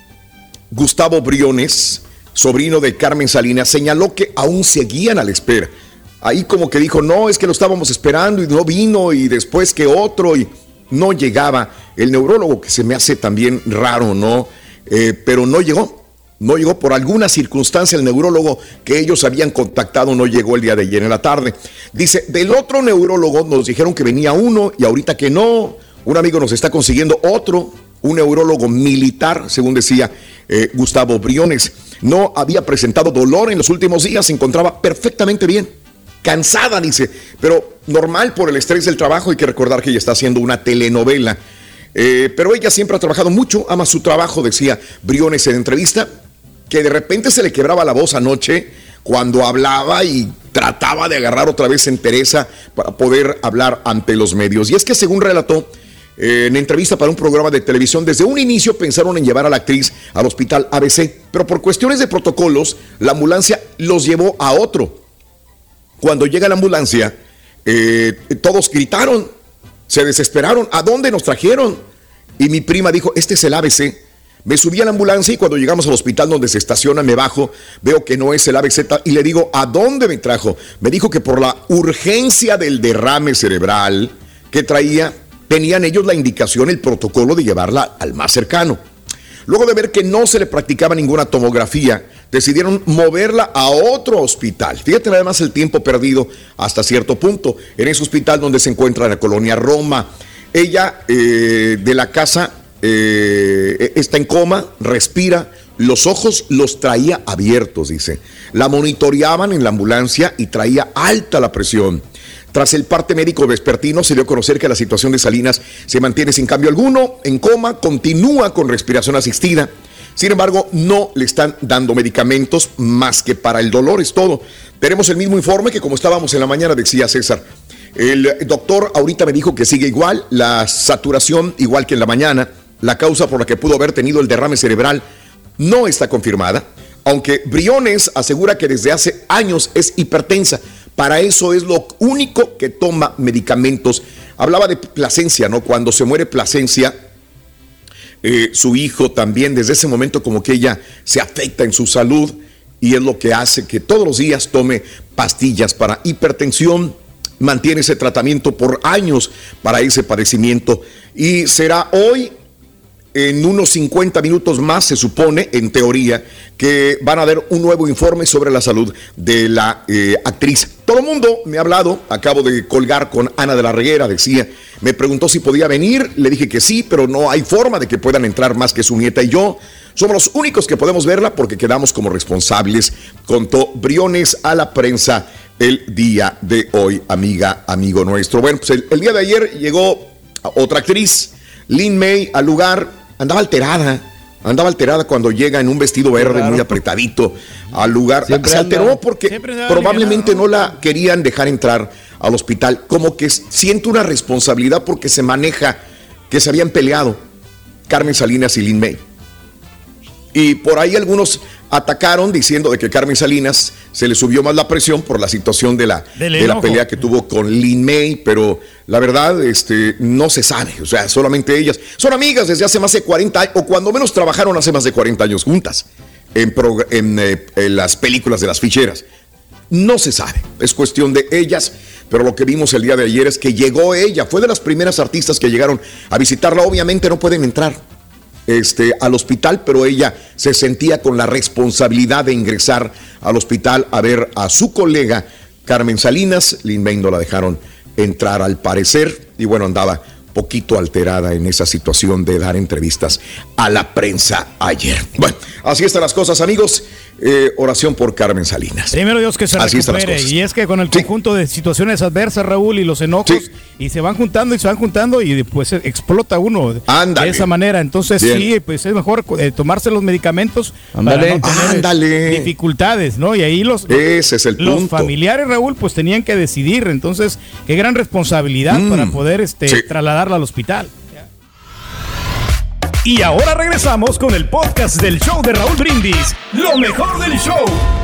Gustavo Briones, sobrino de Carmen Salinas, señaló que aún seguían a la espera. Ahí como que dijo, no, es que lo estábamos esperando y no vino, y después que otro, y no llegaba el neurólogo, que se me hace también raro, ¿no? Pero no llegó por alguna circunstancia. El neurólogo que ellos habían contactado no llegó el día de ayer en la tarde. Dice, del otro neurólogo nos dijeron que venía uno y ahorita que no. Un amigo nos está consiguiendo un neurólogo militar, según decía Gustavo Briones. No había presentado dolor en los últimos días, se encontraba perfectamente bien. Cansada, dice, pero normal por el estrés del trabajo. Hay que recordar que ella está haciendo una telenovela. Pero ella siempre ha trabajado mucho, ama su trabajo, decía Briones en entrevista, que de repente se le quebraba la voz anoche cuando hablaba y trataba de agarrar otra vez entereza para poder hablar ante los medios. Y es que, según relató en entrevista para un programa de televisión, desde un inicio pensaron en llevar a la actriz al hospital ABC, pero por cuestiones de protocolos, la ambulancia los llevó a otro. Cuando llega la ambulancia, todos gritaron, se desesperaron. ¿A dónde nos trajeron? Y mi prima dijo, este es el ABC. Me subí a la ambulancia y cuando llegamos al hospital donde se estaciona, me bajo, veo que no es el ABC y le digo, ¿a dónde me trajo? Me dijo que por la urgencia del derrame cerebral que traía, tenían ellos la indicación, el protocolo de llevarla al más cercano. Luego de ver que no se le practicaba ninguna tomografía, decidieron moverla a otro hospital. Fíjate nada más el tiempo perdido hasta cierto punto, en ese hospital donde se encuentra en la colonia Roma. Ella de la casa está en coma, respira, los ojos los traía abiertos, dice. La monitoreaban en la ambulancia y traía alta la presión. Tras el parte médico vespertino, se dio a conocer que la situación de Salinas se mantiene sin cambio alguno, en coma, continúa con respiración asistida. Sin embargo, no le están dando medicamentos más que para el dolor, es todo. Tenemos el mismo informe que como estábamos en la mañana, decía César. El doctor ahorita me dijo que sigue igual, la saturación igual que en la mañana. La causa por la que pudo haber tenido el derrame cerebral no está confirmada, aunque Briones asegura que desde hace años es hipertensa. Para eso es lo único que toma medicamentos. Hablaba de Plasencia, ¿no? Cuando se muere Plasencia, su hijo también, desde ese momento como que ella se afecta en su salud y es lo que hace que todos los días tome pastillas para hipertensión. Mantiene ese tratamiento por años para ese padecimiento y será hoy. En unos 50 minutos más se supone, en teoría, que van a dar un nuevo informe sobre la salud de la actriz. Todo el mundo me ha hablado, acabo de colgar con Ana de la Reguera, decía, me preguntó si podía venir, le dije que sí, pero no hay forma de que puedan entrar más que su nieta y yo. Somos los únicos que podemos verla porque quedamos como responsables, contó Briones a la prensa el día de hoy, amigo nuestro. Bueno, pues el día de ayer llegó otra actriz, Lin May, al lugar. Andaba alterada cuando llega en un vestido verde muy apretadito al lugar. Se alteró porque probablemente no la querían dejar entrar al hospital. Como que siente una responsabilidad porque se maneja que se habían peleado Carmen Salinas y Lin May. Y por ahí algunos atacaron diciendo de que Carmen Salinas se le subió más la presión por la situación de la pelea que tuvo con Lin May, pero la verdad no se sabe, o sea, solamente ellas son amigas desde hace más de 40 años, o cuando menos trabajaron hace más de 40 años juntas en las películas de las ficheras. No se sabe, es cuestión de ellas, pero lo que vimos el día de ayer es que llegó ella, fue de las primeras artistas que llegaron a visitarla. Obviamente no pueden entrar al hospital, pero ella se sentía con la responsabilidad de ingresar al hospital a ver a su colega Carmen Salinas. Lin May no la dejaron entrar al parecer y bueno, andaba poquito alterada en esa situación de dar entrevistas a la prensa ayer. Bueno, así están las cosas, amigos. Oración por Carmen Salinas. Primero Dios que se recupere. Y es que con el conjunto de situaciones adversas, Raúl, y los enojos, y se van juntando y después explota uno de esa manera. Entonces sí, pues es mejor tomarse los medicamentos para no tener dificultades, ¿no? Y ahí ese es el punto. Los familiares, Raúl, pues tenían que decidir. Entonces, qué gran responsabilidad para poder trasladarla al hospital. Y ahora regresamos con el podcast del show de Raúl Brindis, lo mejor del show.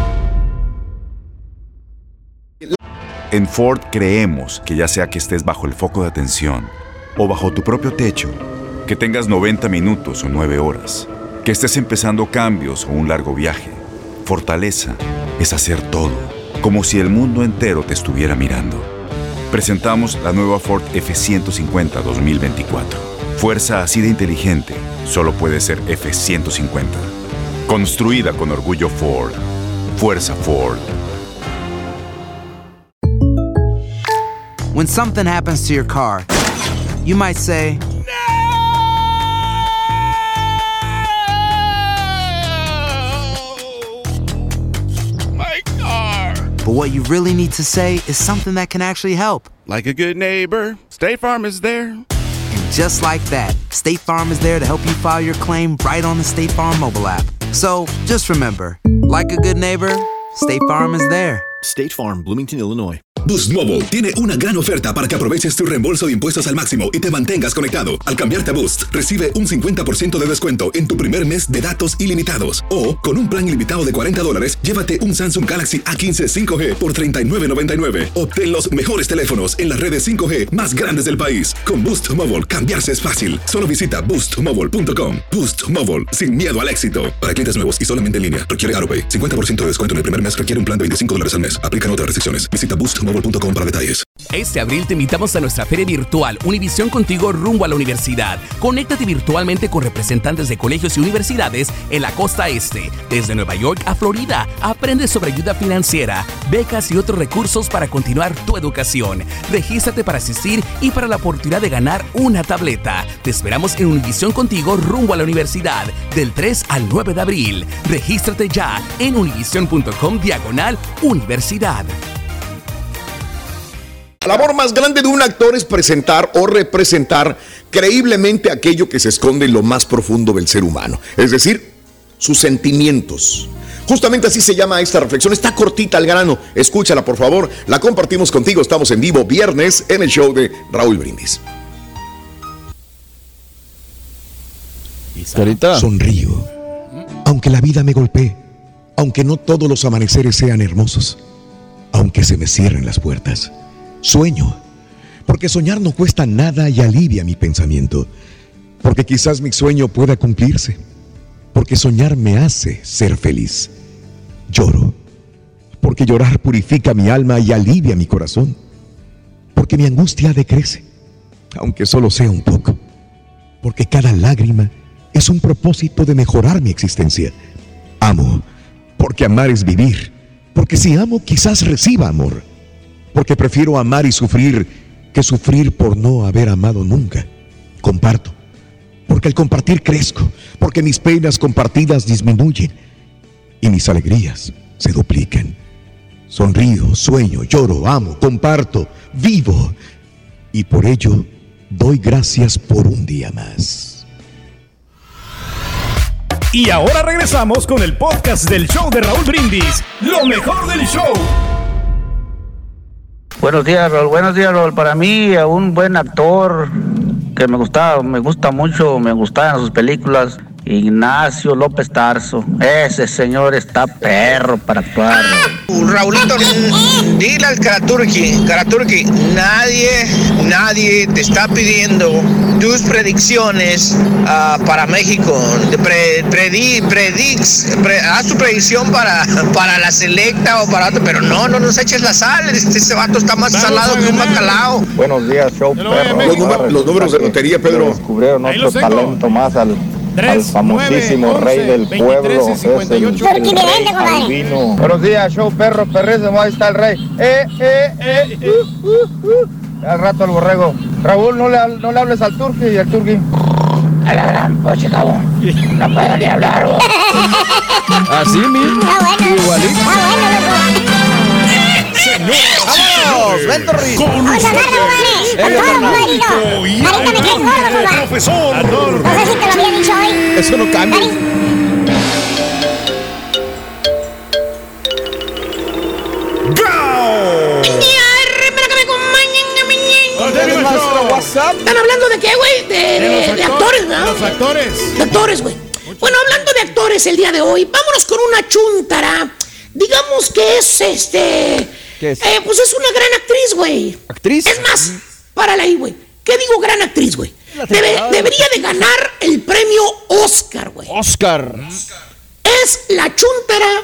En Ford creemos que ya sea que estés bajo el foco de atención o bajo tu propio techo, que tengas 90 minutos o 9 horas, que estés empezando cambios o un largo viaje, fortaleza es hacer todo, como si el mundo entero te estuviera mirando. Presentamos la nueva Ford F-150 2024. Fuerza así de inteligente solo puede ser F-150. Construida con orgullo Ford. Fuerza Ford. When something happens to your car, you might say, My car! But what you really need to say is something that can actually help. Like a good neighbor, State Farm is there. Just like that, State Farm is there to help you file your claim right on the State Farm mobile app. So, just remember, like a good neighbor, State Farm is there. State Farm, Bloomington, Illinois. Boost Mobile tiene una gran oferta para que aproveches tu reembolso de impuestos al máximo y te mantengas conectado. Al cambiarte a Boost, recibe un 50% de descuento en tu primer mes de datos ilimitados. O, con un plan ilimitado de $40, llévate un Samsung Galaxy A15 5G por $39.99. Obtén los mejores teléfonos en las redes 5G más grandes del país. Con Boost Mobile, cambiarse es fácil. Solo visita boostmobile.com. Boost Mobile, sin miedo al éxito. Para clientes nuevos y solamente en línea, requiere AutoPay. 50% de descuento en el primer mes requiere un plan de $25 al mes. Aplican otras restricciones. Visita boostmobile.com para detalles. Este abril te invitamos a nuestra feria virtual Univisión Contigo rumbo a la universidad. Conéctate virtualmente con representantes de colegios y universidades en la costa este, desde Nueva York a Florida. Aprende sobre ayuda financiera, becas y otros recursos para continuar tu educación. Regístrate para asistir y para la oportunidad de ganar una tableta. Te esperamos en Univisión Contigo rumbo a la universidad del 3 al 9 de abril. Regístrate ya en univision.com/universidad. La labor más grande de un actor es presentar o representar creíblemente aquello que se esconde en lo más profundo del ser humano, es decir, sus sentimientos. Justamente así se llama esta reflexión. Está cortita al grano. Escúchala, por favor. La compartimos contigo. Estamos en vivo viernes en el show de Raúl Brindis. Sonrío, aunque la vida me golpee, aunque no todos los amaneceres sean hermosos, aunque se me cierren las puertas. Sueño, porque soñar no cuesta nada y alivia mi pensamiento, porque quizás mi sueño pueda cumplirse, porque soñar me hace ser feliz. Lloro, porque llorar purifica mi alma y alivia mi corazón, porque mi angustia decrece, aunque solo sea un poco, porque cada lágrima es un propósito de mejorar mi existencia. Amo, porque amar es vivir, porque si amo quizás reciba amor, porque prefiero amar y sufrir que sufrir por no haber amado nunca. Comparto, porque al compartir crezco, porque mis penas compartidas disminuyen y mis alegrías se duplican. Sonrío, sueño, lloro, amo, comparto, vivo y por ello doy gracias por un día más. Y ahora regresamos con el podcast del show de Raúl Brindis, lo mejor del show. Buenos días, Raúl. Para mí, un buen actor que me gusta mucho, me gustaban sus películas, Ignacio López Tarso. Ese señor está perro para actuar. Raulito, dile al Karaturki, nadie te está pidiendo tus predicciones para México. Haz tu predicción para la selecta o para otro, pero no nos eches la sal. Ese vato está más salado que un bacalao. Buenos días, show perro. Los números de lotería, Pedro. Descubrieron otro talento más al famosísimo 11, rey del 23, pueblo, 58, es el rey albino. Buenos días, show perro, perrísimo, ahí está el rey. Al rato el borrego. Raúl, no le hables al Turqui y al Turqui. A la gran poche, cabrón. No puedo ni hablar, güey. Así mismo. Igualito. ¡Vamos! ¡Vente, Riz! Vamos a darle, Marito. Marito, me caes gordo, papá. Profesor. No sé si te lo había dicho hoy. Eso no cambia. ¿Están hablando de qué, güey? De actores, ¿no? Los actores. De actores, güey. Bueno, hablando de actores el día de hoy, vámonos con una chúntara. Digamos que es ¿Qué es? Pues es una gran actriz, güey. ¿Actriz? Es más, párala ahí, güey. ¿Qué digo gran actriz, güey? Debería de ganar el premio Oscar, güey. Oscar. Es la chúntara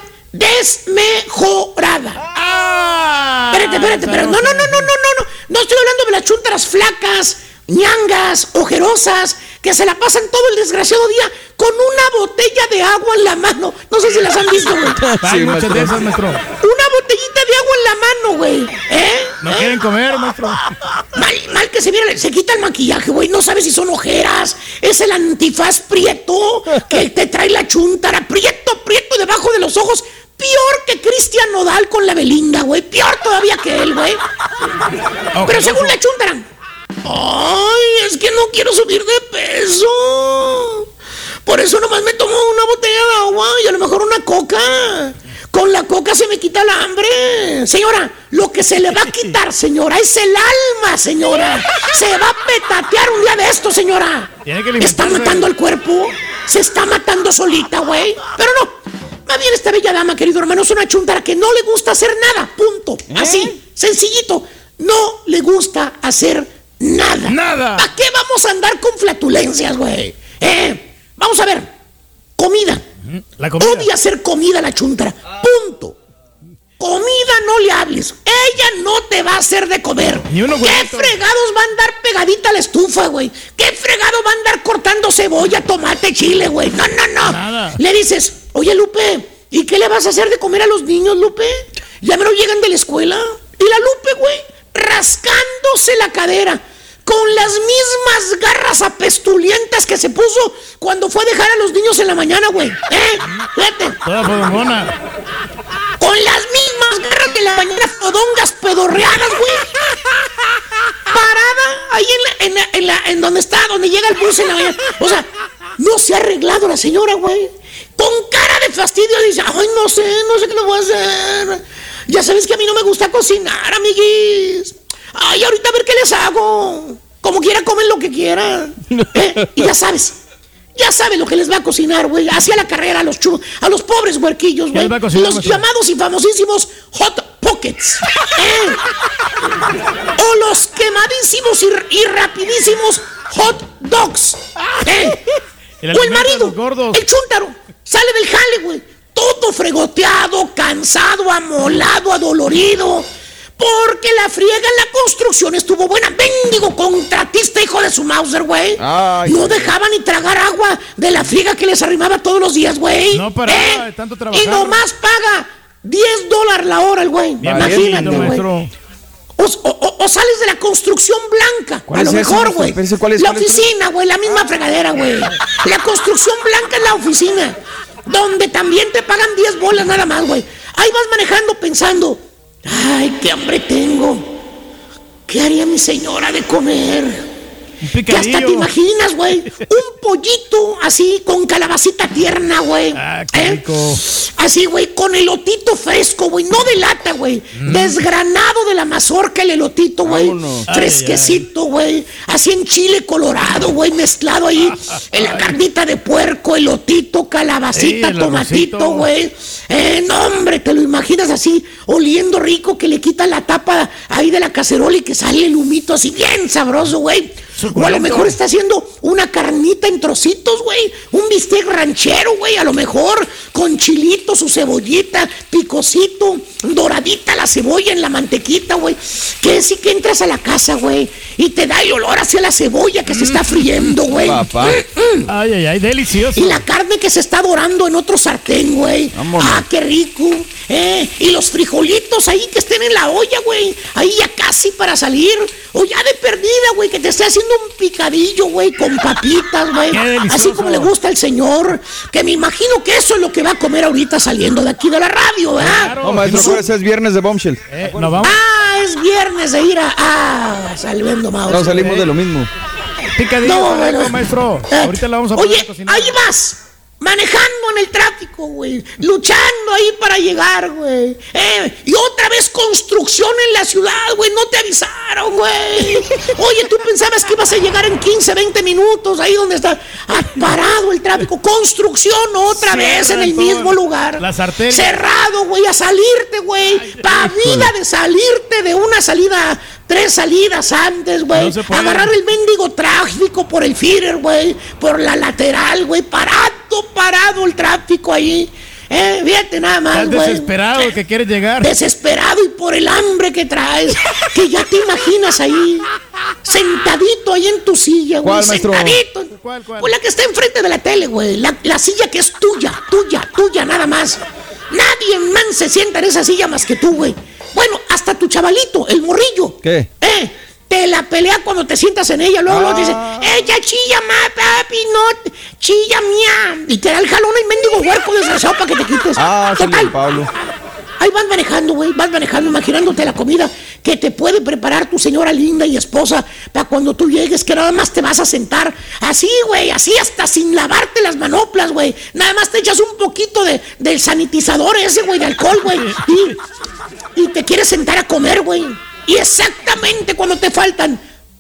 desmejorada. Espérate. No. No estoy hablando de las chúntaras flacas, ñangas, ojerosas, que se la pasan todo el desgraciado día con una botella de agua en la mano. No sé si las han visto, güey. Hay muchas de esas, maestro. Una botellita de agua en la mano, güey. No quieren comer, maestro. Mal que se viera, se quita el maquillaje, güey. No sabes si son ojeras. Es el antifaz prieto que te trae la chúntara. Prieto debajo de los ojos. Peor que Cristian Nodal con la Belinda, güey. Peor todavía que él, güey. Pero según la chúntara. Ay, es que no quiero subir de peso. Por eso nomás me tomo una botella de agua y a lo mejor una coca. Con la coca se me quita el hambre. Señora, lo que se le va a quitar, señora, es el alma, señora. Se va a petatear un día de esto, señora. Está matando el cuerpo. Se está matando solita, güey. Pero no. Más bien esta bella dama, querido hermano, es una chúntara que no le gusta hacer nada. Punto. Así, sencillito. No le gusta hacer nada. ¿Para qué vamos a andar con flatulencias, güey? Vamos a ver. Comida. Odia hacer comida la chúntara. Punto. Comida no le hables. Ella no te va a hacer de comer. ¿Qué fregados va a andar pegadita a la estufa, güey? ¿Qué fregado va a andar cortando cebolla, tomate, chile, güey? No. Nada. Le dices, oye, Lupe, ¿y qué le vas a hacer de comer a los niños, Lupe? Ya me lo llegan de la escuela. Y la Lupe, güey, rascándose la cadera con las mismas garras apestulientas que se puso cuando fue a dejar a los niños en la mañana, güey. Vete. Toda fodongona. Con las mismas garras de la mañana, fodongas pedorreadas, güey. en donde llega el bus en la mañana. O sea, no se ha arreglado la señora, güey. Con cara de fastidio dice, ay, no sé qué le voy a hacer. Ya sabes que a mí no me gusta cocinar, amiguis. Ay, ahorita a ver qué les hago. Como quiera, comen lo que quieran. Y ya sabes lo que les va a cocinar, güey. Hacia la carrera a los pobres huerquillos, güey. Los llamados y famosísimos Hot Pockets. O los quemadísimos y rapidísimos Hot Dogs. O el marido, el chúntaro, sale del jale, güey. Todo fregoteado, cansado, amolado, adolorido. Porque la friega en la construcción estuvo buena. Mendigo contratista, hijo de su Mauser, güey. No dejaba ni tragar agua de la friega que les arrimaba todos los días, güey. No paraba de tanto trabajar. Y nomás paga $10 la hora el güey. Imagínate, güey. O sales de la construcción blanca. A lo mejor, güey. La oficina, güey. La misma fregadera, güey. La construcción blanca es la oficina. Donde también te pagan 10 bolas nada más, güey. Ahí vas manejando pensando, ay, qué hambre tengo. ¿Qué haría mi señora de comer? Que hasta te imaginas, güey, un pollito así con calabacita tierna, güey. Qué rico. Así, güey, con elotito fresco, güey, no de lata, güey. Desgranado de la mazorca el elotito, güey. Fresquecito, güey. Así en chile colorado, güey, mezclado ahí. En la carnita de puerco, elotito, calabacita, tomatito, güey. No, hombre, te lo imaginas así, oliendo rico, que le quitan la tapa ahí de la cacerola y que sale el humito así bien sabroso, güey. O a lo mejor está haciendo una carnita en trocitos, güey. Un bistec ranchero, güey. A lo mejor con chilito, su cebollita, picocito, doradita la cebolla en la mantequita, güey. Que sí que entras a la casa, güey, y te da el olor hacia la cebolla que se está friendo, güey. Ay, delicioso. Y la carne que se está dorando en otro sartén, güey. Qué rico. Y los frijolitos ahí que estén en la olla, güey. Ahí ya casi para salir. O ya de perdida, güey, que te esté haciendo un picadillo, güey, con papitas, güey. Así como le gusta al señor. Que me imagino que eso es lo que va a comer ahorita saliendo de aquí de la radio, ¿verdad? Claro. No, maestro, ese es viernes de Bombshell. ¿Nos vamos? Es viernes de ir saliendo, Mauro. No, salimos de lo mismo. Picadillo, maestro. Ahorita la vamos a poner a cocinar. Ahí vas. Manejando en el tráfico, güey. Luchando ahí para llegar, güey. Y otra vez construcción en la ciudad, güey. No te avisaron, güey. Oye, tú pensabas que ibas a llegar en 15, 20 minutos ahí donde está parado el tráfico. Construcción otra vez en el mismo lugar. Las arterias. Cerrado, güey, a salirte, güey. Pa' vida de salirte de una salida, 3 salidas antes, güey. No agarrar el mendigo tráfico por el feeder, güey. Por la lateral, güey. Parado el tráfico ahí. Fíjate nada más, güey. Desesperado que quieres llegar. Desesperado y por el hambre que traes. Que ya te imaginas ahí. Sentadito ahí en tu silla, güey. Sentadito. ¿Cuál? Pues la que está enfrente de la tele, güey. La silla que es tuya, nada más. Nadie más se sienta en esa silla más que tú, güey. Bueno, hasta tu chavalito, el morrillo. ¿Qué? Te la pelea cuando te sientas en ella. Luego dice, ella chilla, papi, no, chilla mía. Y te da el jalón el mendigo huerco desgraciado para que te quites. Total, Pablo. Ahí vas manejando, güey, imaginándote la comida que te puede preparar tu señora linda y esposa para cuando tú llegues, que nada más te vas a sentar así, güey, así hasta sin lavarte las manoplas, güey. Nada más te echas un poquito del sanitizador ese, güey, de alcohol, güey. Y te quieres sentar a comer, güey. Y exactamente cuando te faltan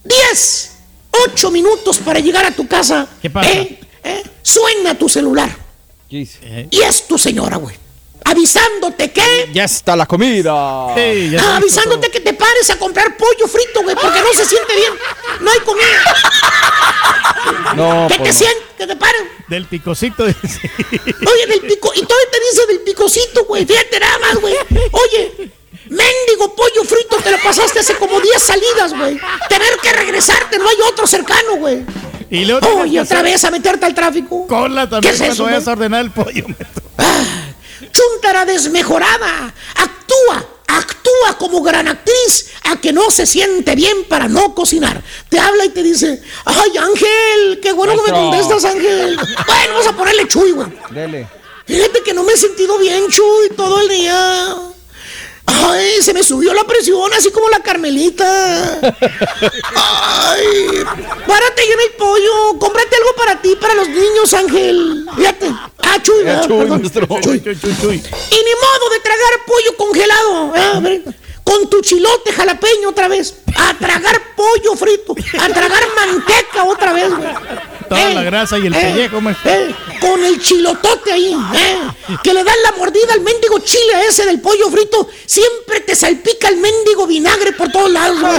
8 minutos para llegar a tu casa, ¿qué pasa? Suena tu celular. Y es tu señora, güey. Avisándote que ya está la comida. Avisándote que te pares a comprar pollo frito, güey, porque no se siente bien. No hay comida. No, que te sientes, que te paren. Del picocito. Oye, del pico. Y todavía te dice del picocito, güey. Fíjate nada más, güey. Oye, mendigo pollo frito, te lo pasaste hace como 10 salidas, güey. Tener que regresarte, no hay otro cercano, güey. Y luego otra vez a meterte al tráfico. Cola también. ¿Qué es eso, vayas a ordenar el pollo. Chúntara desmejorada. Actúa como gran actriz a que no se siente bien para no cocinar. Te habla y te dice, ay, Ángel, qué bueno que me contestas, Ángel. Bueno, vamos a ponerle Chuy, güey. Dele. Fíjate que no me he sentido bien, Chuy, todo el día. Ay, se me subió la presión, así como la Carmelita. Ay, párate ahí en el pollo. Cómprate algo para ti, para los niños, Ángel. Fíjate. Chuy, Chuy. Y ni modo de tragar pollo congelado. A ver, con tu chilote jalapeño otra vez. A tragar pollo frito. A tragar manteca otra vez, güey. Toda la grasa y el pellejo, con el chilotote ahí, que le dan la mordida al mendigo chile ese del pollo frito. Siempre te salpica el mendigo vinagre por todos lados, güey.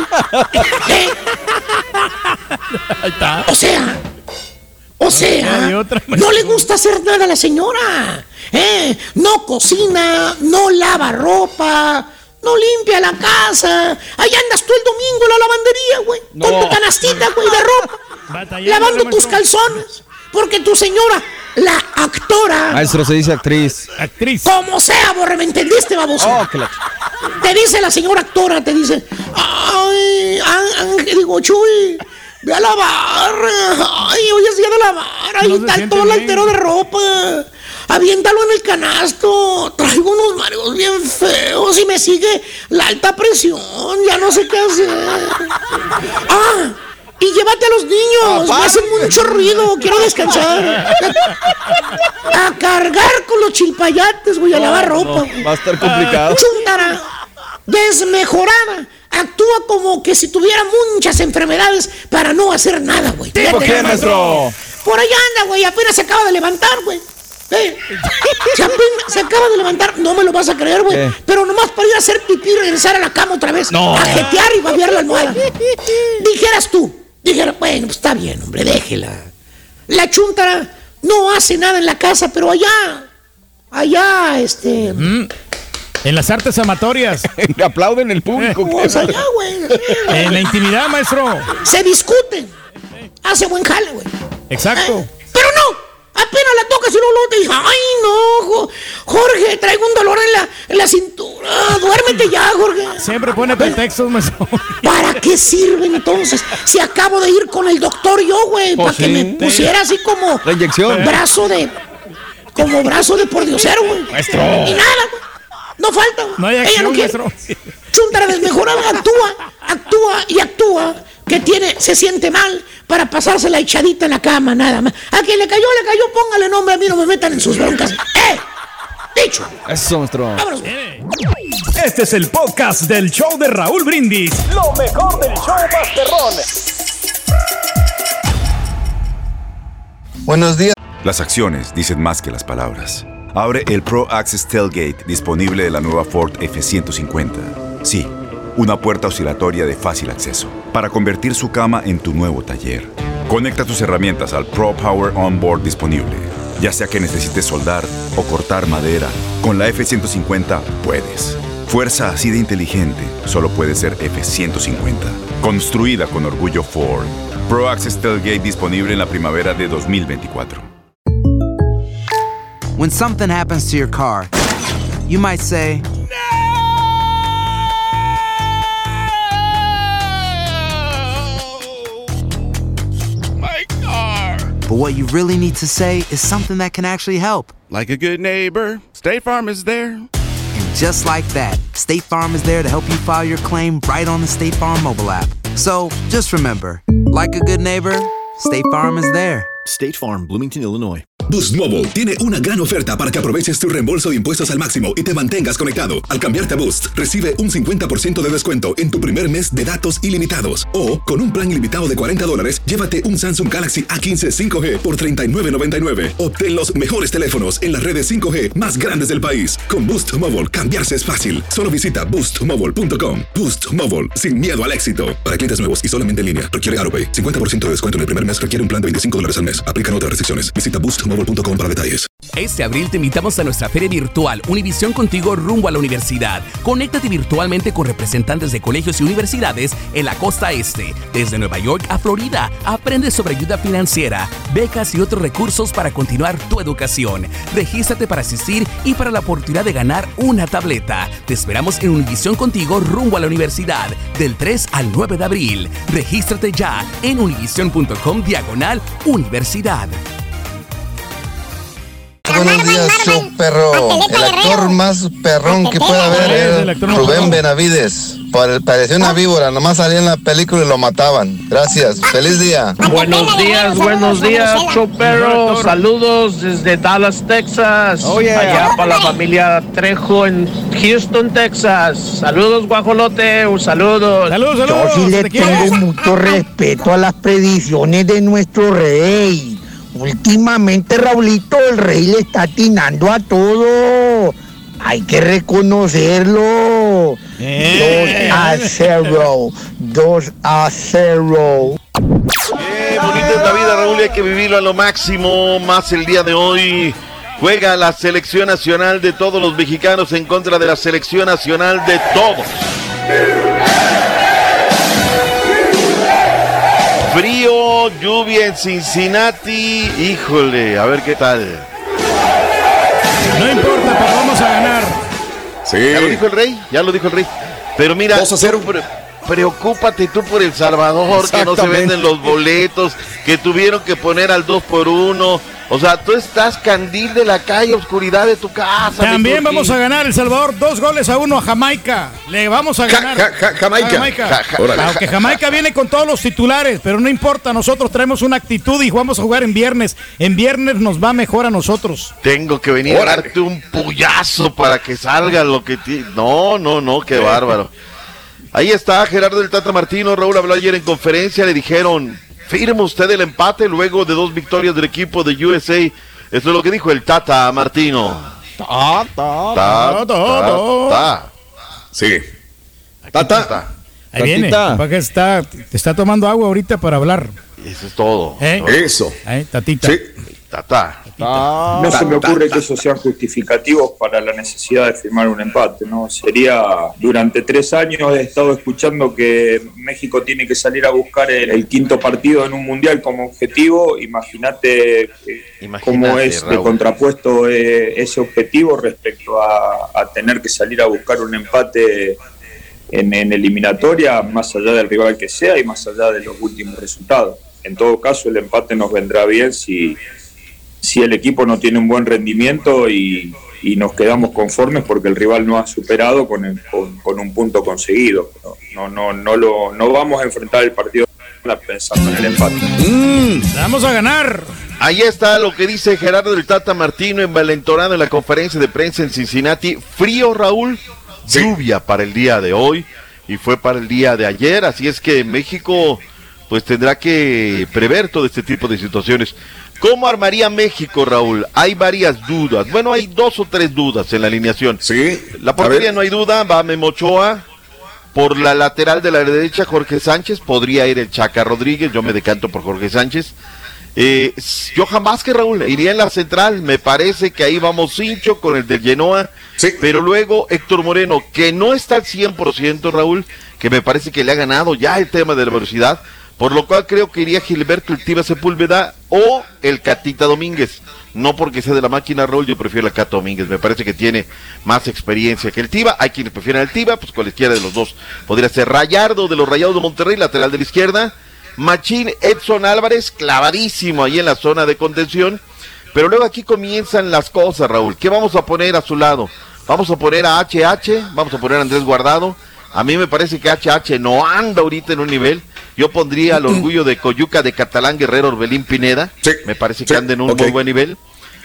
O sea, no le gusta hacer nada a la señora. No cocina, no lava ropa, no limpia la casa. Ahí andas tú el domingo en la lavandería, güey, con tu canastita, güey, de ropa, lavando tus calzones. Porque tu señora, la actora... Maestro, se dice actriz. Como sea, borre, ¿me entendiste, baboso? Te dice la señora actora, te dice... Ay, digo, Chuy, ve a lavar. Ay, hoy es día de lavar. Ahí está todo el altero de ropa. Aviéntalo en el canasto. Traigo unos mareos bien feos y me sigue la alta presión. Ya no sé qué hacer. Y llévate a los niños. Me hacen mucho ruido. Quiero descansar. A cargar con los chilpayates, güey, a lavar ropa. Va a estar complicado. Chuntara, desmejorada. Actúa como que si tuviera muchas enfermedades para no hacer nada, güey. ¿Tipo qué, maestro? Por allá anda, güey. Apenas se acaba de levantar, güey. Se acaba de levantar. No me lo vas a creer, güey. Pero nomás para ir a hacer pipí y regresar a la cama otra vez. A jetear y babear la almohada. Dijera, bueno, pues está bien, hombre, déjela. La chuntara no hace nada en la casa, pero allá, en las artes amatorias. Aplauden el público. Allá, güey. En la intimidad, maestro. Se discuten. Hace buen jale, güey. Exacto. Pero no. Apenas la tocas y luego te dice, ay, no, Jorge, traigo un dolor en la cintura. Duérmete ya, Jorge. Siempre pone pretextos, maestro. ¿Para qué sirven entonces? Si acabo de ir con el doctor yo, güey, para que me pusiera así como la inyección. Brazo de pordiosero, güey. Maestro. Y nada, güey. No falta, güey. No hay acción, ella no quiere. maestro. Chuntara desmejorada, actúa, que se siente mal para pasársela echadita en la cama, nada más. A quien le cayó, póngale nombre, a mí no me metan en sus broncas. Dicho. Eso, maestro. Vámonos. Este es el podcast del show de Raúl Brindis. Lo mejor del show Masterrón. Buenos días. Las acciones dicen más que las palabras. Abre el Pro Access Tailgate disponible de la nueva Ford F-150. Sí, una puerta oscilatoria de fácil acceso para convertir su cama en tu nuevo taller. Conecta tus herramientas al Pro Power Onboard disponible. Ya sea que necesites soldar o cortar madera, con la F-150 puedes. Fuerza así de inteligente solo puede ser F-150. Construida con orgullo Ford. Pro Access Tailgate disponible en la primavera de 2024. When something happens to your car, you might say, but what you really need to say is something that can actually help. Like a good neighbor, State Farm is there. And just like that, State Farm is there to help you file your claim right on the State Farm mobile app. So just remember, like a good neighbor, State Farm is there. State Farm, Bloomington, Illinois. Boost Mobile tiene una gran oferta para que aproveches tu reembolso de impuestos al máximo y te mantengas conectado. Al cambiarte a Boost, recibe un 50% de descuento en tu primer mes de datos ilimitados. O, con un plan ilimitado de $40, llévate un Samsung Galaxy A15 5G por $39.99. Obtén los mejores teléfonos en las redes 5G más grandes del país. Con Boost Mobile, cambiarse es fácil. Solo visita boostmobile.com. Boost Mobile, sin miedo al éxito. Para clientes nuevos y solamente en línea, requiere AutoPay. 50% de descuento en el primer mes requiere un plan de $25 al mes. Aplican otras restricciones. Visita boostmobile.com para detalles. Este abril te invitamos a nuestra feria virtual Univisión Contigo rumbo a la universidad. Conéctate virtualmente con representantes de colegios y universidades en la costa este, desde Nueva York a Florida. Aprende sobre ayuda financiera, becas y otros recursos para continuar tu educación. Regístrate para asistir y para la oportunidad de ganar una tableta. Te esperamos en Univisión Contigo rumbo a la universidad del 3 al 9 de abril. Regístrate ya en univision.com/universidad. buenos días, show perro. El actor más perrón que pueda haber era Rubén Benavides. Parecía una víbora, nomás salía en la película y lo mataban. Gracias, feliz día. Buenos días, show perro. Saludos desde Dallas, Texas. Allá para la familia Trejo en Houston, Texas. Saludos, guajolote, un saludo. Yo sí le tengo mucho respeto a las predicciones de nuestro rey. Últimamente, Raulito, el rey le está atinando a todo. Hay que reconocerlo. 2-0. 2-0. Bonita es la vida, Raúl, y hay que vivirlo a lo máximo. Más el día de hoy. Juega la selección nacional de todos los mexicanos en contra de la selección nacional de todos. Frío, lluvia en Cincinnati. Híjole, a ver qué tal. No importa, pero vamos a ganar. Sí. Ya lo dijo el rey. Pero mira, preocúpate tú por El Salvador, que no se venden los boletos, que tuvieron que poner al 2x1. O sea, tú estás candil de la calle, oscuridad de tu casa. También vamos a ganar El Salvador 2-1 a Jamaica. Le vamos a ganar. Jamaica. Aunque Jamaica viene con todos los titulares, pero no importa, nosotros traemos una actitud y vamos a jugar en viernes. En viernes nos va mejor a nosotros. Tengo que venir a darte un puyazo para que salga lo que... No, qué bárbaro. Ahí está Gerardo del Tata Martino. Raúl habló ayer en conferencia, le dijeron... ¿Firma usted el empate luego de 2 victorias del equipo de USA? Eso es lo que dijo el Tata Martino. Sí. Tata. Ahí viene. Papá que está tomando agua ahorita para hablar. Eso es todo. Eso. Tatita. Sí. Tata. No se me ocurre que esos sean justificativos para la necesidad de firmar un empate, ¿no? Sería, durante 3 años he estado escuchando que México tiene que salir a buscar el 5.º partido en un mundial como objetivo. Imagínate cómo es Raúl, de contrapuesto ese objetivo respecto a tener que salir a buscar un empate en eliminatoria, más allá del rival que sea y más allá de los últimos resultados. En todo caso, el empate nos vendrá bien si el equipo no tiene un buen rendimiento y nos quedamos conformes porque el rival no ha superado con un punto conseguido. No vamos a enfrentar el partido pensando en el empate. Vamos a ganar. Ahí está lo que dice Gerardo del Tata Martino envalentonado en la conferencia de prensa en Cincinnati. Frío, Raúl, lluvia para el día de hoy y fue para el día de ayer, así es que México pues tendrá que prever todo este tipo de situaciones. ¿Cómo armaría México, Raúl? Hay varias dudas. Bueno, hay 2 o 3 dudas en la alineación. Sí. La portería no hay duda, va Memo Ochoa. Por la lateral de la derecha, Jorge Sánchez. Podría ir el Chaca Rodríguez, yo me decanto por Jorge Sánchez. Johan Vázquez, Raúl, iría en la central. Me parece que ahí vamos Cincho con el del Genoa. Sí. Pero luego Héctor Moreno, que no está al 100%, Raúl, que me parece que le ha ganado ya el tema de la velocidad. Por lo cual creo que iría Gilberto El Tiva Sepúlveda o el Catita Domínguez. No porque sea de la máquina, Raúl, yo prefiero el Cata Domínguez. Me parece que tiene más experiencia que el Tiva. Hay quienes prefieren el Tiva, pues cualquiera de los dos. Podría ser Rayardo de los Rayados de Monterrey, lateral de la izquierda. Machín Edson Álvarez, clavadísimo ahí en la zona de contención. Pero luego aquí comienzan las cosas, Raúl. ¿Qué vamos a poner a su lado? Vamos a poner a HH, vamos a poner a Andrés Guardado. A mí me parece que HH no anda ahorita en un nivel. Yo pondría al orgullo de Coyuca de Catalán Guerrero Orbelín Pineda. Sí, me parece que anda en un muy buen nivel.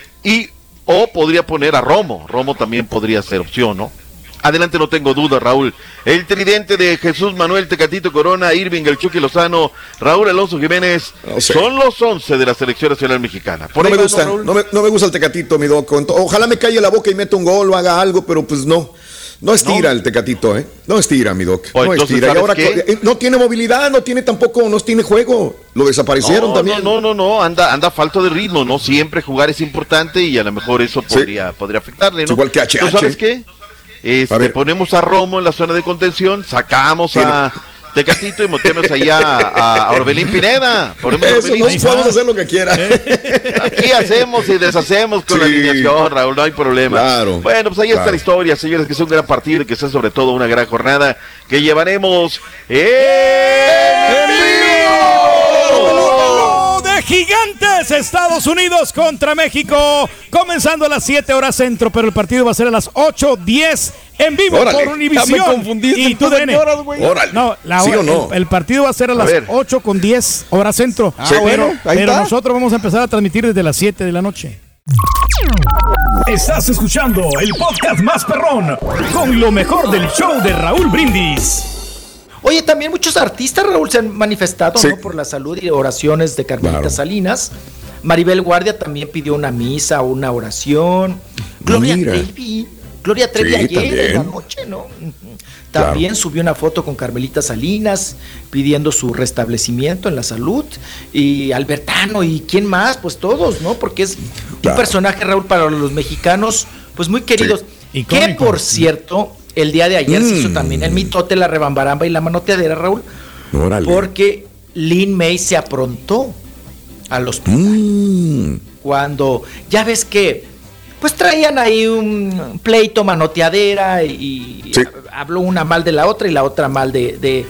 O podría poner a Romo. Romo también podría ser opción, ¿no? Adelante, no tengo duda, Raúl. El tridente de Jesús Manuel Tecatito Corona, Irving El Chucky Lozano, Raúl Alonso Jiménez, son los 11 de la selección nacional mexicana. No me gusta, no me gusta el Tecatito, mi doc. Ojalá me calle la boca y meta un gol o haga algo, pero pues no. No estira el Tecatito, ¿eh? No estira, mi doc. No estira. Y ahora no tiene movilidad, no tiene juego. Lo desaparecieron también. No, anda falto de ritmo, ¿no? Siempre jugar es importante y a lo mejor eso podría afectarle, ¿no? Igual que HH. ¿Tú sabes qué? Ponemos a Romo en la zona de contención, sacamos a Tecatito y metemos allá a Orbelín Pineda. Eso, no podemos hacer lo que quiera. Aquí hacemos y deshacemos con la alineación, Raúl, no hay problema. Claro. Bueno, pues ahí está la historia, señores, que es un gran partido y que sea sobre todo una gran jornada que llevaremos en vivo. De Gigantes, Estados Unidos contra México, comenzando a las 7 horas centro, pero el partido va a ser a las 8:10 en vivo. Órale. Por Univisión. Ya me confundiste y tú horas, güey. Órale. No, ¿Sí o no? El partido va a ser a las 8:10 horas centro. Sí. Bueno, pero nosotros vamos a empezar a transmitir desde las 7 de la noche. Estás escuchando el podcast más perrón con lo mejor del show de Raúl Brindis. Oye, también muchos artistas, Raúl, se han manifestado, ¿no?, por la salud y oraciones de Carmelita Salinas. Maribel Guardia también pidió una misa, una oración. Gloria Trevi ayer en la noche, ¿no? También subió una foto con Carmelita Salinas pidiendo su restablecimiento en la salud. Y Albertano y quién más, pues todos, ¿no? Porque es un personaje, Raúl, para los mexicanos, pues muy queridos. Sí. Que por cierto, el día de ayer se hizo también el mitote, la rebambaramba y la manoteadera, Raúl. Órale. Porque Lin May se aprontó al hospital. Cuando ya ves que pues traían ahí un pleito, manoteadera, y habló una mal de la otra y la otra mal de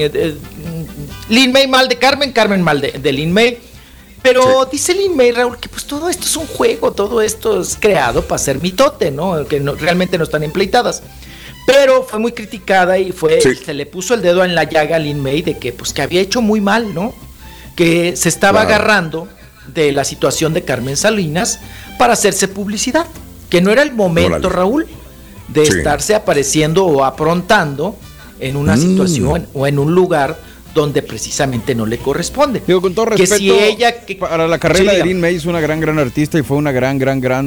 Lin May, mal de Carmen, Carmen mal de Lin May. Pero dice Lin May, Raúl, que pues todo esto es un juego, todo esto es creado para hacer mitote, ¿no? Que realmente no están empleitadas. Pero fue muy criticada y se le puso el dedo en la llaga a Lin May de que pues que había hecho muy mal, ¿no? Que se estaba agarrando de la situación de Carmen Salinas para hacerse publicidad, que no era el momento, Raúl, de estarse apareciendo o aprontando en una situación o en un lugar donde precisamente no le corresponde. Digo, con todo respeto, que si ella, para la carrera de Lin May es una gran artista y fue una gran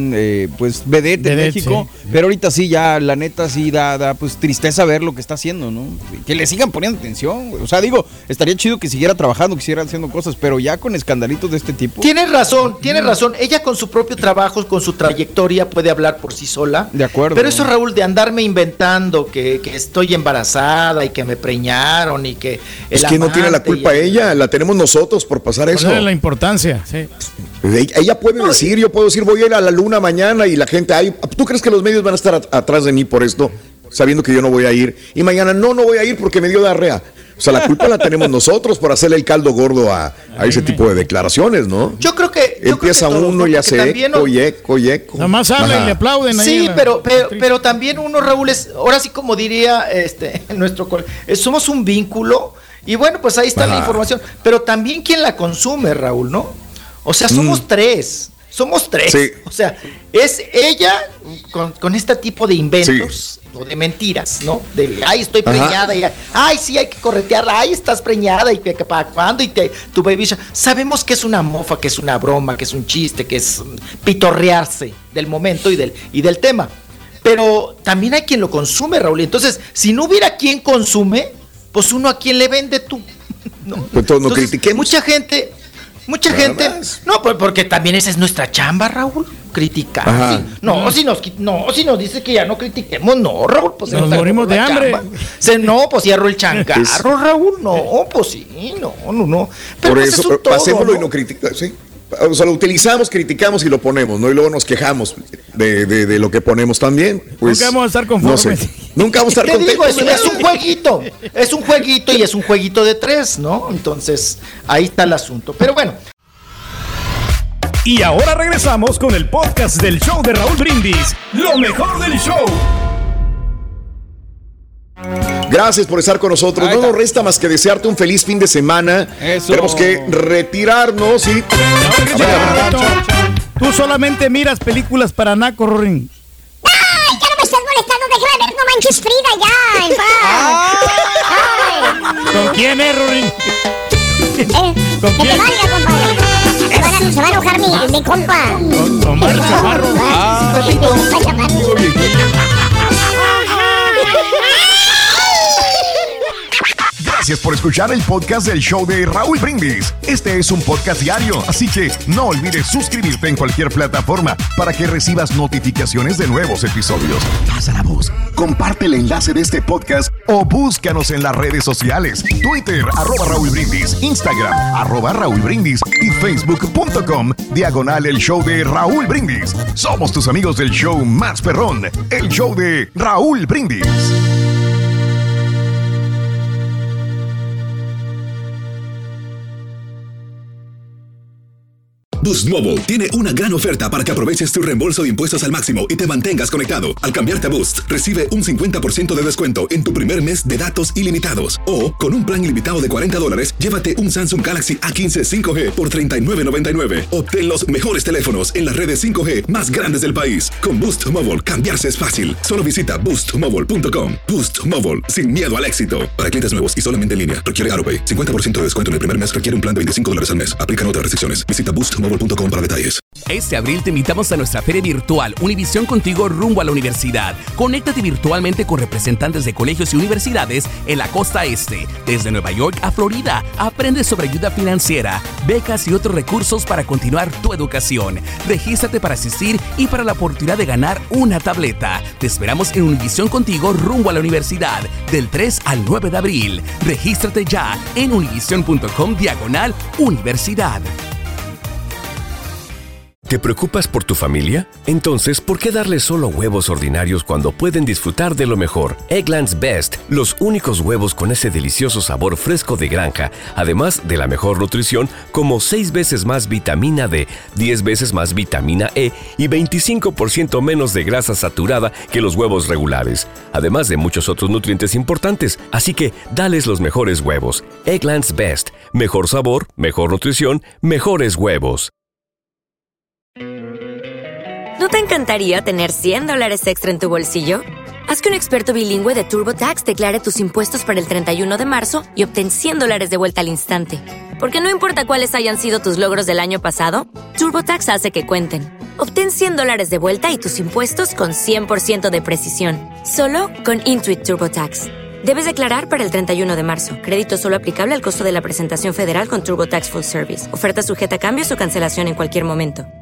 pues vedette en México, pero ahorita sí, ya la neta sí da pues tristeza ver lo que está haciendo, ¿no? Que le sigan poniendo atención, güey. O sea, digo, estaría chido que siguiera trabajando, que siguiera haciendo cosas, pero ya con escandalitos de este tipo. Tienes razón. Ella con su propio trabajo, con su trayectoria puede hablar por sí sola. De acuerdo. Pero eso, Raúl, de andarme inventando que estoy embarazada y que me preñaron y que es que no tiene la culpa ella, la tenemos nosotros por pasar eso. Ponerle la importancia, sí. Ella puede decir, yo puedo decir, voy a ir a la luna mañana y la gente, ¿tú crees que los medios van a estar atrás de mí por esto? Sabiendo que yo no voy a ir. Y mañana no voy a ir porque me dio diarrea. O sea, la culpa la tenemos nosotros por hacerle el caldo gordo a ese tipo de declaraciones, ¿no? Yo creo que empieza uno y hace eco. Nada más hablan y le aplauden. Sí, pero también uno, Raúl, ahora sí como diría nuestro somos un vínculo. Y bueno, pues ahí está la información. Pero también quién la consume, Raúl, ¿no? O sea, somos tres. Sí. O sea, es ella con este tipo de inventos o de mentiras, ¿no? De, ay, estoy preñada. Y, ay, sí, hay que corretearla. Ay, estás preñada. ¿Y para cuándo? Y tu baby. Sabemos que es una mofa, que es una broma, que es un chiste, que es pitorrearse del momento y del tema. Pero también hay quien lo consume, Raúl. Entonces, si no hubiera quien consume, pues uno a quien le vende tú. No. Entonces, no critiquemos. Mucha gente, no, porque también esa es nuestra chamba, Raúl, criticar. Sí. No, si nos dice que ya no critiquemos, no, Raúl, pues nos morimos de hambre. No, pues cierro el chancarro, Raúl, no, pues sí, no. Pero por pues eso, pasémoslo, ¿no? Y no criticamos, sí. O sea, lo utilizamos, criticamos y lo ponemos, ¿no? Y luego nos quejamos de lo que ponemos también. Pues, nunca vamos a estar conformes. No sé. Nunca vamos a estar contentos. Te digo, es un jueguito y es un jueguito de tres, ¿no? Entonces, ahí está el asunto. Pero bueno. Y ahora regresamos con el podcast del show de Raúl Brindis. Lo mejor del show. Gracias por estar con nosotros. No nos resta más que desearte un feliz fin de semana. Eso. Tenemos que retirarnos y... Tú solamente miras películas para naco, Rorín. ¡Ay, ya no me estás molestando! ¡Déjame ver, no manches Frida ya! ¿Con quién es, Rorín? ¿Con quién? Que te valga, compadre. Se va a enojar mi compa. Con Mario Chaparro. Gracias por escuchar el podcast del show de Raúl Brindis. Este es un podcast diario, así que no olvides suscribirte en cualquier plataforma para que recibas notificaciones de nuevos episodios. Pasa la voz, comparte el enlace de este podcast o búscanos en las redes sociales. Twitter, @Raúl Brindis, Instagram, @Raúl Brindis y Facebook.com/el show de Raúl Brindis. Somos tus amigos del show más perrón, el show de Raúl Brindis. Boost Mobile tiene una gran oferta para que aproveches tu reembolso de impuestos al máximo y te mantengas conectado. Al cambiarte a Boost, recibe un 50% de descuento en tu primer mes de datos ilimitados. O, con un plan ilimitado de $40, llévate un Samsung Galaxy A15 5G por $39.99. Obtén los mejores teléfonos en las redes 5G más grandes del país. Con Boost Mobile, cambiarse es fácil. Solo visita boostmobile.com. Boost Mobile, sin miedo al éxito. Para clientes nuevos y solamente en línea, requiere AutoPay. 50% de descuento en el primer mes requiere un plan de $25 al mes. Aplican otras restricciones. Visita boostmobile.com para detalles. Este abril te invitamos a nuestra feria virtual Univisión Contigo rumbo a la universidad. Conéctate virtualmente con representantes de colegios y universidades en la costa este. Desde Nueva York a Florida, aprende sobre ayuda financiera, becas y otros recursos para continuar tu educación. Regístrate para asistir y para la oportunidad de ganar una tableta. Te esperamos en Univisión Contigo rumbo a la universidad del 3 al 9 de abril. Regístrate ya en univision.com/universidad. ¿Te preocupas por tu familia? Entonces, ¿por qué darles solo huevos ordinarios cuando pueden disfrutar de lo mejor? Eggland's Best, los únicos huevos con ese delicioso sabor fresco de granja, además de la mejor nutrición, como 6 veces más vitamina D, 10 veces más vitamina E y 25% menos de grasa saturada que los huevos regulares, además de muchos otros nutrientes importantes. Así que, dales los mejores huevos. Eggland's Best, mejor sabor, mejor nutrición, mejores huevos. ¿No te encantaría tener $100 extra en tu bolsillo? Haz que un experto bilingüe de TurboTax declare tus impuestos para el 31 de marzo y obtén $100 de vuelta al instante. Porque no importa cuáles hayan sido tus logros del año pasado, TurboTax hace que cuenten. Obtén $100 de vuelta y tus impuestos con 100% de precisión. Solo con Intuit TurboTax. Debes declarar para el 31 de marzo. Crédito solo aplicable al costo de la presentación federal con TurboTax Full Service. Oferta sujeta a cambios o cancelación en cualquier momento.